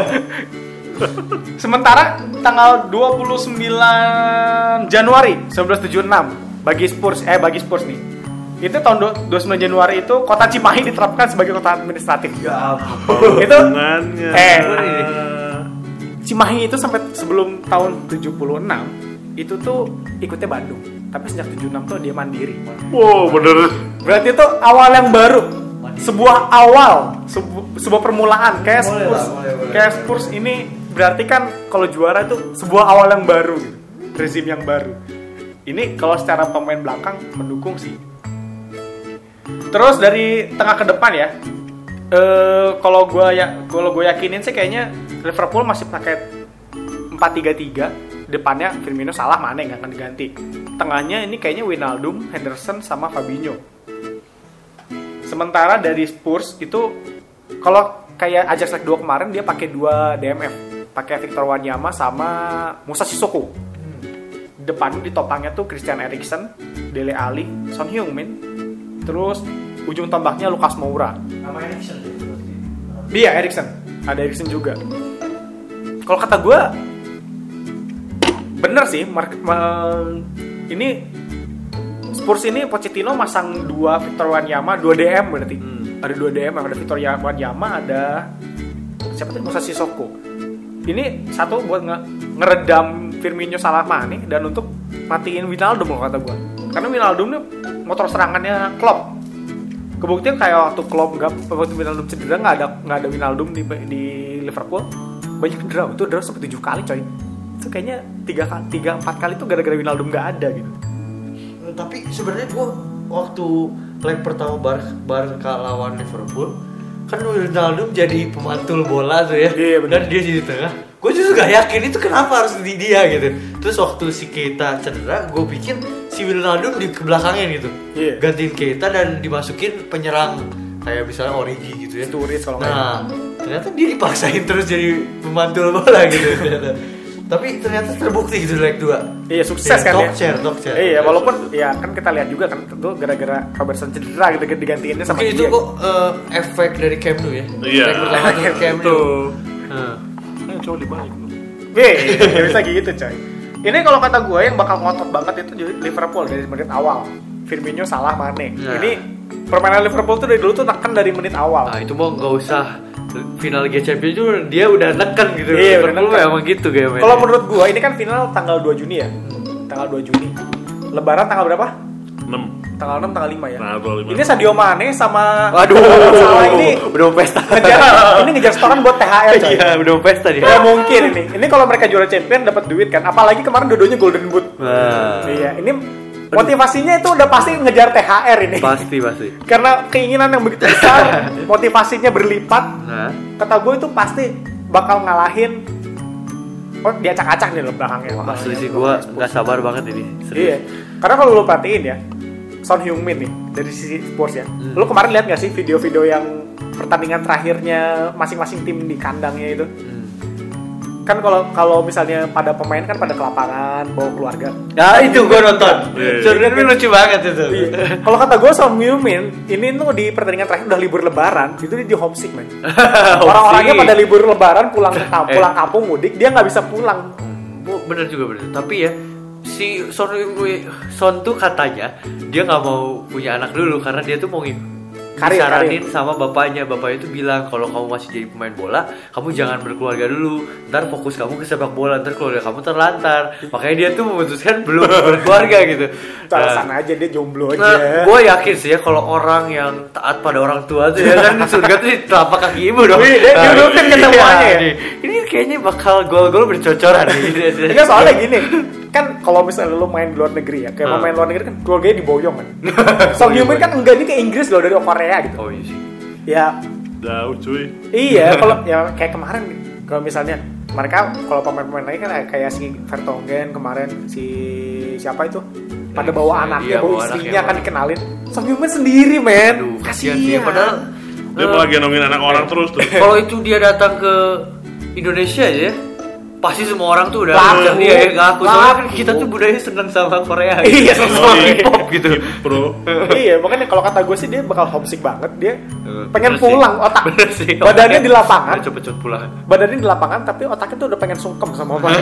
Speaker 1: Sementara tanggal dua puluh sembilan Januari seribu sembilan ratus tujuh puluh enam bagi Spurs eh bagi Spurs nih. Itu tahun dua puluh sembilan Januari itu kota Cimahi diterapkan sebagai kota administratif.
Speaker 3: Ya
Speaker 1: itu eh
Speaker 2: uh,
Speaker 1: Cimahi itu sampai sebelum tahun tujuh puluh enam itu tuh ikutnya Bandung. Tapi sejak tujuh puluh enam tuh dia mandiri.
Speaker 2: Wow, bener.
Speaker 1: Berarti itu awal yang baru. Sebuah awal, sebu- sebuah permulaan kayak
Speaker 3: boleh
Speaker 1: Spurs.
Speaker 3: lah, boleh, boleh.
Speaker 1: Kayak Spurs ini berarti kan kalau juara itu sebuah awal yang baru gitu. Rezim yang baru. Ini kalau secara pemain belakang mendukung sih. Terus dari tengah ke depan ya, uh, kalau gue ya, kalau gue yakinin sih kayaknya Liverpool masih pakai empat tiga tiga. Depannya Firmino, Salah, Mane nggak akan diganti. Tengahnya ini kayaknya Wijnaldum, Henderson sama Fabinho. Sementara dari Spurs itu kalau kayak Ajax leg dua kemarin dia pakai dua D M F, pakai Victor Wanyama sama Musa Sissoko. Depan ditopangnya tuh Christian Eriksen, Dele Alli, Son Heung-min. Terus ujung tombaknya Lucas Moura.
Speaker 3: Nama Eriksen ya?
Speaker 1: Iya, Eriksen. Ada Eriksen juga. Kalau kata gue bener sih, market, uh, ini Spurs ini Pochettino masang dua Victor Wanyama, dua D M berarti. Hmm. Ada dua D M, ada Victor Wanyama, ada siapa tuh Musa Sissoko. Ini satu buat nge- ngeredam Firmino, Salah, Mane dan untuk matiin Wijnaldum kalau kata gue. Karena Wijnaldum nih motor serangannya Klopp. Kebuktian kayak waktu Klopp nggak, waktu Wijnaldum cedera nggak ada nggak ada Wijnaldum di di Liverpool, banyak cedera itu cedera sampai tujuh kali coy. Itu kayaknya tiga tiga empat kali tuh gara-gara Wijnaldum nggak ada gitu.
Speaker 3: Tapi sebenarnya gue waktu leg pertama Bar Barca lawan Liverpool kan Wijnaldum jadi pemantul bola tuh ya.
Speaker 1: Iya, benar.
Speaker 3: Dan dia di tengah. Gue justru gak yakin itu kenapa harus di dia gitu. Terus waktu si Keita cedera, gue pikir si Wijnaldum di belakangnya gitu.
Speaker 1: Iya.
Speaker 3: Gantiin Keita dan dimasukin penyerang kayak misalnya Origi gitu ya.
Speaker 1: Sturridge kalau nggak.
Speaker 3: Nah, ternyata dia dipaksain terus jadi pemantul bola gitu ternyata. Tapi ternyata terbukti gitu leg dua.
Speaker 1: Iya, sukses
Speaker 3: ya,
Speaker 1: kan
Speaker 3: talk
Speaker 1: ya.
Speaker 3: Chair, talk chair.
Speaker 1: Iya, walaupun ya kan kita lihat juga kan tentu gara-gara Robertson cedera gitu digantiinnya sama
Speaker 3: Mungkin
Speaker 1: dia.
Speaker 3: itu kok uh, efek dari Camp Nou ya.
Speaker 2: Iya.
Speaker 3: Leg pertama tuh Camp Nou.
Speaker 2: Tuh.
Speaker 3: Nah.
Speaker 2: Eh, coba dibalik.
Speaker 1: Iya, nggak bisa gitu coy. Ini kalau kata gue yang bakal ngotot banget itu jadi Liverpool dari menit awal. Firmino, Salah, Mane.
Speaker 3: Nah.
Speaker 1: Ini permainan Liverpool tuh dari dulu tuh tekan dari menit awal.
Speaker 3: Nah, itu mau nggak usah final Liga Champions itu dia udah neken gitu.
Speaker 1: Iya, udah
Speaker 3: Liverpool
Speaker 1: neken.
Speaker 3: emang gitu kayak mainnya.
Speaker 1: Kalau menurut gue ini kan final tanggal dua Juni ya. Tanggal dua Juni. Lebaran tanggal berapa?
Speaker 2: enam.
Speaker 1: Tanggal enam, tanggal lima ya.
Speaker 2: Tanggal dua puluh lima.
Speaker 1: Ini Sadio Mane sama
Speaker 3: Waduh,
Speaker 1: Salah ini
Speaker 3: udah mau pesta.
Speaker 1: ngejar ini ngejar setoran buat T H R coy.
Speaker 3: Iya, udah mau pesta dia.
Speaker 1: Ya mungkin ini. Ini kalau mereka juara champion dapat duit kan. Apalagi kemarin dua-duanya Golden Boot.
Speaker 3: Nah,
Speaker 1: Iya, ini motivasinya itu udah pasti ngejar T H R ini.
Speaker 3: pasti pasti.
Speaker 1: Karena keinginan yang begitu besar, motivasinya berlipat.
Speaker 3: Nah,
Speaker 1: Kata gue itu pasti bakal ngalahin. Oh, diacak-acak nih loh belakangnya.
Speaker 3: asli sih gue nggak sabar banget ini.
Speaker 1: Iya.
Speaker 3: Serius.
Speaker 1: Karena kalau lo perhatiin ya, Son Heung-min nih dari sisi Spurs ya.
Speaker 3: Hmm.
Speaker 1: Lo kemarin lihat nggak sih video-video yang pertandingan terakhirnya masing-masing tim di kandangnya itu?
Speaker 3: Hmm.
Speaker 1: Kan kalau kalau misalnya pada pemain kan pada ke lapangan bawa keluarga.
Speaker 3: Nah, itu gue nonton.
Speaker 2: Iya.
Speaker 3: Sebenarnya lucu banget itu.
Speaker 1: Iya. Kalau kata gue Son Heung-min ini tuh di pertandingan terakhir udah libur lebaran, itu dia di homesick man. Orang-orangnya pada libur lebaran pulang ke kampung,
Speaker 3: Eh.
Speaker 1: pulang kampung mudik, dia nggak bisa pulang.
Speaker 3: Bu, bener juga bener. Tapi ya si Son Son tuh katanya dia nggak mau punya anak dulu karena dia tuh mau ngik-
Speaker 1: Karir,
Speaker 3: disaranin
Speaker 1: karir.
Speaker 3: sama bapaknya. Bapaknya itu bilang kalau kamu masih jadi pemain bola, kamu jangan berkeluarga dulu. Ntar fokus kamu ke sepak bola, ntar keluarga kamu terlantar. Makanya dia tuh memutuskan belum berkeluarga gitu.
Speaker 1: Itu alasan aja dia jomblo aja.
Speaker 3: Nah, gue yakin sih ya kalau orang yang taat pada orang tua tuh ya kan surga tuh di telapak kaki ibu dong.
Speaker 1: Wih, dia
Speaker 3: Nah,
Speaker 1: diurutin ke
Speaker 3: iya,
Speaker 1: semuanya ya.
Speaker 3: nih. Ini kayaknya bakal gol-gol bercocoran nih.
Speaker 1: Enggak, soalnya gini, kan kalau misalnya lu main di luar negeri ya, kayak mau
Speaker 3: Hmm.
Speaker 1: main luar negeri kan keluarganya diboyong kan. Song Hye-min kan enggak, ini ke Inggris loh dari Korea gitu.
Speaker 3: Oh iya sih.
Speaker 1: Ya,
Speaker 2: Jauh cuy.
Speaker 1: iya kalau ya kayak kemarin kalau misalnya mereka kalau pemain-pemain lain kan kayak si Vertonghen kemarin, si siapa itu pada bawa anaknya,
Speaker 3: Iya,
Speaker 1: bawa
Speaker 3: bawa
Speaker 1: istrinya
Speaker 3: anaknya,
Speaker 1: kan dikenalin. Song Hye-min sendiri, men.
Speaker 3: Aduh, kasihan sih. Padahal
Speaker 2: Dia malah gendongin anak orang terus tuh.
Speaker 3: kalau itu dia datang ke Indonesia aja, pasti semua orang tuh udah
Speaker 1: Laku.
Speaker 3: dia ya ngaku. Soalnya kan
Speaker 1: Laku.
Speaker 3: kita tuh budaya seneng sama Korea.
Speaker 1: Iya, sama
Speaker 3: K-pop gitu.
Speaker 2: Bro.
Speaker 1: Iya, makanya kalau kata gue sih dia bakal homesick banget. Dia
Speaker 3: Eh,
Speaker 1: pengen
Speaker 3: bener sih.
Speaker 1: pulang, otak
Speaker 3: Bener sih.
Speaker 1: badannya di lapangan.
Speaker 3: Udah cepet-cepet pulang.
Speaker 1: Badannya di lapangan tapi otaknya tuh udah pengen sungkem sama apa.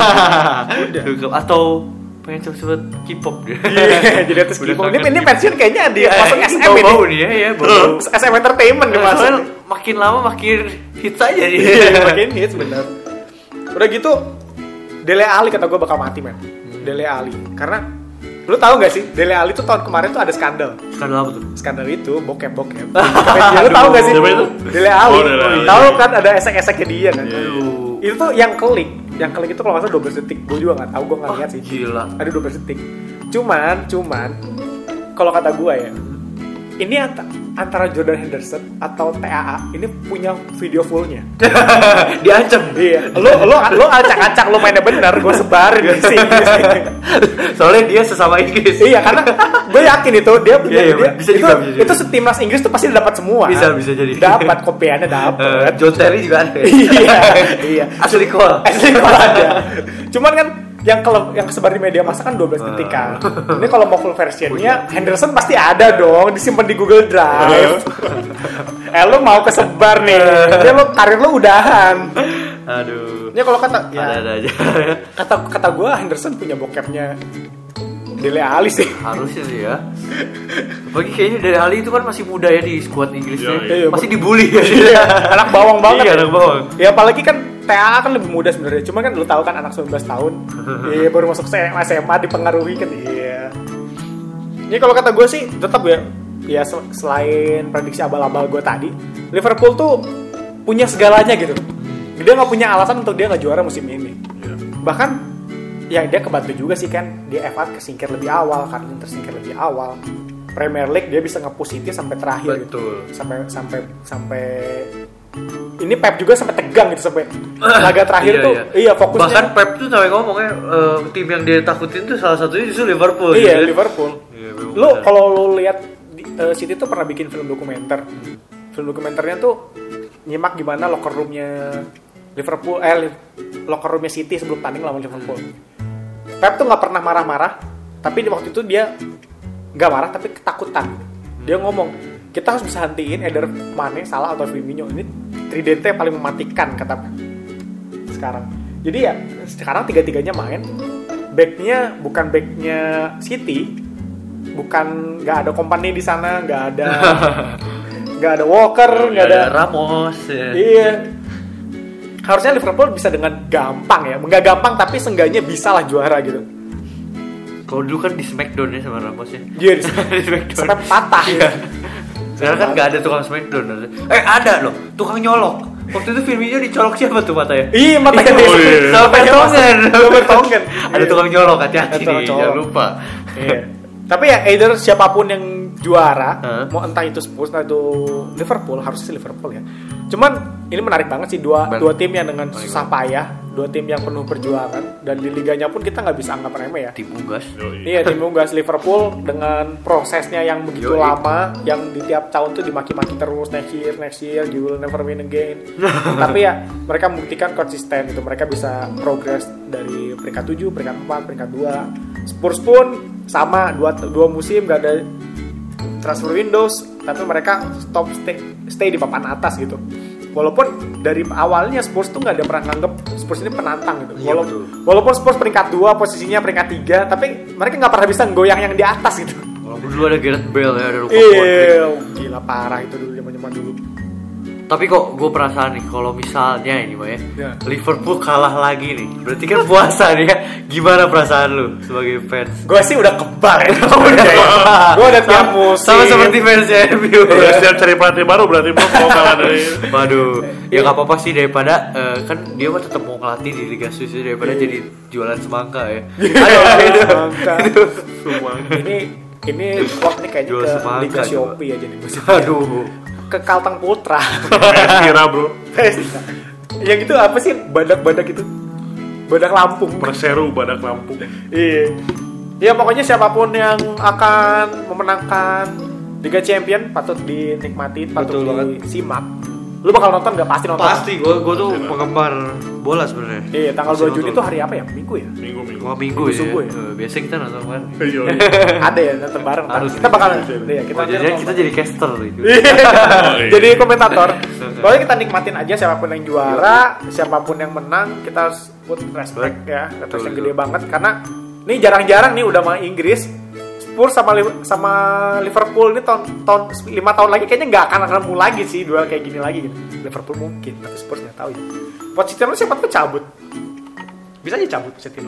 Speaker 3: Atau pengen cepet-cepet K-pop dia.
Speaker 1: Iya, jadi atas
Speaker 3: Udah
Speaker 1: Kimo. Ini
Speaker 3: kangen.
Speaker 1: ini pensiun kayaknya di
Speaker 3: Iya,
Speaker 1: masuk
Speaker 3: ini
Speaker 1: S M ini.
Speaker 3: bau-bau nih ya, ya bau.
Speaker 1: S M Entertainment nih masuk.
Speaker 3: Soalnya makin lama makin hits aja dia.
Speaker 1: Iya, makin hits bener. Udah gitu Dele Alli kata gue bakal mati, men. Dele Alli. Karena lu tahu gak sih, Dele Alli tuh tahun kemarin tuh ada skandal.
Speaker 3: Skandal apa tuh?
Speaker 1: Skandal itu bokep-bokep. Lu tahu gak sih?
Speaker 2: Siapa itu?
Speaker 1: Dele Alli.
Speaker 2: Oh, Dele Alli.
Speaker 1: Tahu kan ada esek-eseknya dia kan.
Speaker 3: Aduh.
Speaker 1: Itu tuh yang klik. Yang klik itu kalau nggak salah dua belas detik. Gue juga nggak tahu, gue nggak lihat sih.
Speaker 3: Gila.
Speaker 1: Ada dua belas detik. Cuman, cuman kalau kata gue ya, ini ant- antara Jordan Henderson atau T A A ini punya video fullnya.
Speaker 3: Diancam.
Speaker 1: Iya, lo lo lo acak-acak lo mainnya bener, gue sebarin di sini.
Speaker 3: Soalnya dia sesama Inggris.
Speaker 1: Iya, karena gue yakin itu dia punya
Speaker 3: Iya, iya,
Speaker 1: dia,
Speaker 3: bisa
Speaker 1: itu,
Speaker 3: juga, bisa juga.
Speaker 1: itu setimnas Inggris tuh pasti dapat semua.
Speaker 3: Bisa, bisa jadi.
Speaker 1: Dapat kopiannya
Speaker 3: Eh,
Speaker 1: dapat.
Speaker 3: John Terry juga ada.
Speaker 1: Iya, iya.
Speaker 3: Asli Cole.
Speaker 1: Asli kalau ada. Cuman kan yang kalau yang kesebar di media massa kan dua belas detik kan. Ini kalau mau full versionnya Henderson pasti ada dong, disimpan di Google Drive. eh lo mau kesebar nih. Ya lo karir lo udahan.
Speaker 3: Aduh.
Speaker 1: Ini kalau kata ya,
Speaker 3: Ada-ada aja.
Speaker 1: kata kata gue Henderson punya bokepnya Dele Alli sih.
Speaker 3: Harusnya sih ya. Bagi kayaknya dari Ali itu kan masih muda ya di skuad Inggrisnya.
Speaker 1: Iya, iya.
Speaker 3: Masih dibully ya.
Speaker 1: Iya, anak bawang banget.
Speaker 3: Iya, anak bawang.
Speaker 1: Ya apalagi kan T A A kan lebih muda sebenarnya. Cuma kan lu tahu kan anak sembilan belas tahun. Iya, baru masuk S M A dipengaruhi kan. Iya. Ini kalau kata gue sih tetap ya. Ya sel- selain prediksi abal-abal gue tadi, Liverpool tuh punya segalanya gitu. Dia nggak punya alasan untuk dia nggak juara musim ini. Bahkan ya dia kebantu juga sih kan. Dia F A kesingkir lebih awal, Carling tersingkir lebih awal. Premier League dia bisa nge-push City sampai terakhir gitu.
Speaker 3: Betul.
Speaker 1: Sampai sampai sampai ini Pep juga sampai tegang gitu sampai laga terakhir
Speaker 3: Iya,
Speaker 1: tuh
Speaker 3: iya.
Speaker 1: iya fokusnya
Speaker 3: Bahkan Pep tuh sampai ngomongnya eh, tim yang dia takutin tuh salah satunya justru Liverpool.
Speaker 1: iya
Speaker 3: gitu.
Speaker 1: Liverpool.
Speaker 3: Iya, memang
Speaker 1: Lu
Speaker 3: benar.
Speaker 1: kalau lu lihat di- eh, City tuh pernah bikin film dokumenter. Film dokumenternya tuh nyimak gimana locker roomnya Liverpool eh li- locker roomnya City sebelum tanding lawan Liverpool. Pep tuh nggak pernah marah-marah, tapi di waktu itu dia nggak marah tapi ketakutan. Dia ngomong, kita harus bisa hentiin either Mane, Salah atau Firmino. Ini tridente yang paling mematikan kata Pep sekarang. Jadi ya sekarang tiga-tiganya main. Backnya bukan backnya City, bukan nggak ada company di sana, nggak ada nggak ada Walker, nggak ada,
Speaker 3: Ramos. Ya.
Speaker 1: iya. Harusnya Liverpool bisa dengan gampang ya, nggak gampang tapi seenggaknya bisa lah juara gitu.
Speaker 3: Kalau dulu kan di Smackdown ya sama Ramos ya.
Speaker 1: Dia di
Speaker 3: Di Smackdown.
Speaker 1: sampai patah ya.
Speaker 3: Sekarang kan nggak ada tukang Smackdown. Eh ada loh, tukang nyolok. Waktu itu Firmino dicolok siapa tuh matanya?
Speaker 1: Iya matanya
Speaker 2: Oh, iya.
Speaker 3: Sama Vertonghen.
Speaker 1: Sama Vertonghen.
Speaker 3: Ada tukang nyolok, hati-hati
Speaker 1: Ada tukang
Speaker 3: nih,
Speaker 1: nyolok.
Speaker 3: jangan lupa.
Speaker 1: Iya. Tapi ya either siapapun yang juara,
Speaker 3: Hah?
Speaker 1: mau entah itu Spurs atau Liverpool, harusnya sih Liverpool ya. Cuman ini menarik banget sih dua
Speaker 3: Ben.
Speaker 1: dua tim yang dengan susah payah, dua tim yang penuh perjuangan dan di liganya pun kita nggak bisa anggap remeh ya.
Speaker 3: Tim unggas.
Speaker 2: Yoi.
Speaker 1: Iya tim unggas Liverpool dengan prosesnya yang begitu
Speaker 3: Yoi.
Speaker 1: lama, yang di tiap tahun tuh dimaki-maki terus next year next year you will never win again. Tapi ya mereka membuktikan konsisten itu, mereka bisa progress dari peringkat tujuh, peringkat empat, peringkat dua. Spurs pun sama dua dua musim gak ada transfer windows, tapi mereka stop stay, stay di papan atas gitu. Walaupun dari awalnya Spurs tuh nggak ada pernah nganggep Spurs ini penantang gitu.
Speaker 3: Iya,
Speaker 1: Walau-
Speaker 3: betul.
Speaker 1: walaupun Spurs peringkat dua, posisinya peringkat tiga, tapi mereka nggak pernah bisa goyang yang di atas gitu.
Speaker 3: Walaupun Dulu ada Gareth Bale ya, ada Luka
Speaker 1: Iya,
Speaker 3: Modric.
Speaker 1: gila parah itu dulu zaman-zaman dulu.
Speaker 3: Tapi kok gue perasaan nih kalau misalnya ini Pak ya,
Speaker 1: Ya.
Speaker 3: Liverpool kalah lagi nih. Berarti kan puasa nih ya. Gimana perasaan lu sebagai fans?
Speaker 1: Gue sih udah kebal ya. Gue udah tiap musim.
Speaker 3: Sama seperti fans M U.
Speaker 2: Udah siap cari pelatih baru berarti bro kalau kalah dari.
Speaker 3: Waduh, ya nggak apa-apa sih daripada eh, kan dia mah tetap mau ngelatih di Liga Swiss daripada
Speaker 1: Iya.
Speaker 3: jadi jualan semangka ya. Ayo itu.
Speaker 1: Semangka.
Speaker 3: Itu.
Speaker 2: Semua.
Speaker 1: Ini ini klub nih kayaknya
Speaker 3: Jual
Speaker 1: ke
Speaker 3: semangka
Speaker 1: Liga
Speaker 3: coba.
Speaker 1: Shopee aja nih musim.
Speaker 3: Aduh.
Speaker 1: Ke Kalteng Putra.
Speaker 2: Kira bro.
Speaker 1: Yang itu apa sih badak-badak itu? Badak Lampung.
Speaker 2: Perseru Badak Lampung.
Speaker 1: Iya. Ya pokoknya siapapun yang akan memenangkan Liga Champion patut dinikmati, patut
Speaker 3: Betul
Speaker 1: disimak. Lu bakal nonton gak? Pasti nonton.
Speaker 3: Pasti, gue gue tuh penggemar bola sebenarnya.
Speaker 1: Iya, tanggal
Speaker 3: Pasti
Speaker 1: dua Juni
Speaker 3: nonton.
Speaker 1: itu hari apa ya? Minggu ya?
Speaker 2: Minggu minggu.
Speaker 3: Wah minggu
Speaker 1: Minggu
Speaker 3: ya.
Speaker 1: subuh ya?
Speaker 3: Eh, Biasa kita nonton kan.
Speaker 2: Iya.
Speaker 1: Ada ya nonton bareng. ntar.
Speaker 3: Harus.
Speaker 1: Kita bakal iya, kita
Speaker 3: Oh, jadi
Speaker 1: nonton.
Speaker 3: kita jadi caster gitu.
Speaker 1: Jadi komentator. Pokoknya kita nikmatin aja siapapun yang juara, siapapun yang menang, kita harus put respect ya, respect yang gede banget karena ini jarang-jarang nih udah sama Inggris, Spurs sama Liv- sama Liverpool ini tahun tahun lima tahun lagi kayaknya nggak akan ketemu lagi sih duel kayak gini lagi gitu. Liverpool mungkin, tapi Spurs nggak tahu ya. Pochettino siapa tuh cabut, bisa aja cabut Pochettino.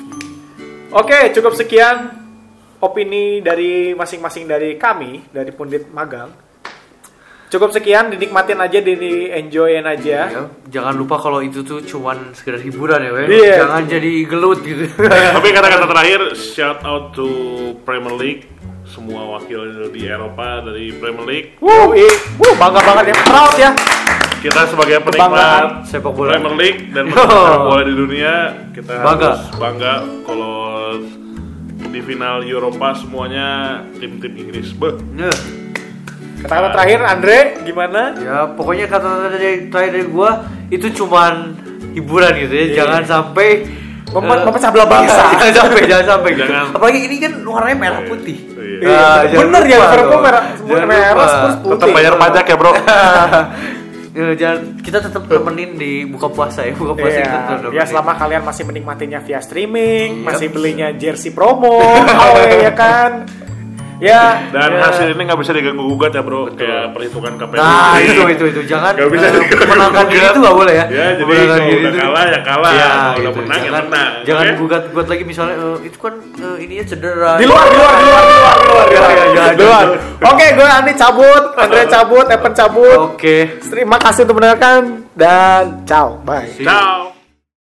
Speaker 1: Oke, cukup sekian opini dari masing-masing dari kami dari Pundit Magang. Cukup sekian, dinikmatin aja, di enjoyin aja.
Speaker 3: Ya, jangan lupa kalau itu tuh cuman sekedar hiburan ya, Wei.
Speaker 1: Iya.
Speaker 3: Jangan jadi gelut gitu.
Speaker 2: Tapi kata-kata terakhir, shout out to Premier League, semua wakil di Eropa dari Premier League.
Speaker 1: Wuh, i, wuh, bangga banget ya, proud ya.
Speaker 2: Kita sebagai
Speaker 1: Kebanggaan
Speaker 2: penikmat
Speaker 3: sepak bola.
Speaker 2: Premier League dan sepak bola di dunia, kita
Speaker 3: Bangga.
Speaker 2: harus bangga kalau di final Eropa semuanya tim-tim Inggris. Beh.
Speaker 3: Nah,
Speaker 1: Kata-kata terakhir, Andre, gimana?
Speaker 3: ya pokoknya kata-kata dari terakhir dari gua itu cuman hiburan gitu ya.
Speaker 1: Iya.
Speaker 3: Jangan sampai
Speaker 1: Mem-
Speaker 3: eh,
Speaker 1: memecah belah bangsa.
Speaker 3: jangan sampai, jangan sampai. gitu.
Speaker 2: Jangan.
Speaker 3: Apalagi ini kan warnanya merah putih.
Speaker 2: Iya.
Speaker 1: Iya,
Speaker 3: Ah, jangan
Speaker 1: bener ya,
Speaker 3: lupa
Speaker 1: Liverpool
Speaker 3: dong.
Speaker 1: merah, semua
Speaker 3: Jangan
Speaker 1: merah,
Speaker 3: lupa.
Speaker 1: Spurs putih.
Speaker 2: Tetap bayar pajak ya bro.
Speaker 3: Ya, jangan, kita tetap nemenin di buka puasa ya. Buka puasa kita tetap
Speaker 1: Iya,
Speaker 3: nemenin.
Speaker 1: ya selama kalian masih menikmatinya via streaming,
Speaker 3: Iya.
Speaker 1: masih belinya jersey promo, oh ya kan? Ya.
Speaker 2: Dan
Speaker 1: ya.
Speaker 2: hasil ini nggak bisa diganggu gugat ya bro, kayak perhitungan K P U.
Speaker 3: Nah itu itu itu jangan
Speaker 2: Nggak bisa
Speaker 3: eh,
Speaker 2: diganggu
Speaker 3: menangkan diri
Speaker 2: gugat.
Speaker 3: itu nggak boleh ya.
Speaker 2: Ya, jadi
Speaker 3: Menangkan
Speaker 2: kalau
Speaker 3: diri
Speaker 2: udah
Speaker 3: itu-
Speaker 2: kalah ya kalah,
Speaker 3: Ya,
Speaker 2: kalau udah
Speaker 3: gitu.
Speaker 2: menang ya
Speaker 3: jangan,
Speaker 2: menang.
Speaker 3: Jangan
Speaker 2: Oke?
Speaker 3: gugat gugat lagi misalnya eh, itu kan eh, ininya cedera.
Speaker 1: Di luar, di luar, di luar, di luar, di luar, di luar.
Speaker 3: Ya, ya,
Speaker 1: Di luar. Oke, gue Andi cabut, Andre cabut, Evan cabut.
Speaker 3: Oke.
Speaker 1: Terima kasih untuk mendengarkan dan ciao, bye.
Speaker 3: See you.
Speaker 2: Ciao.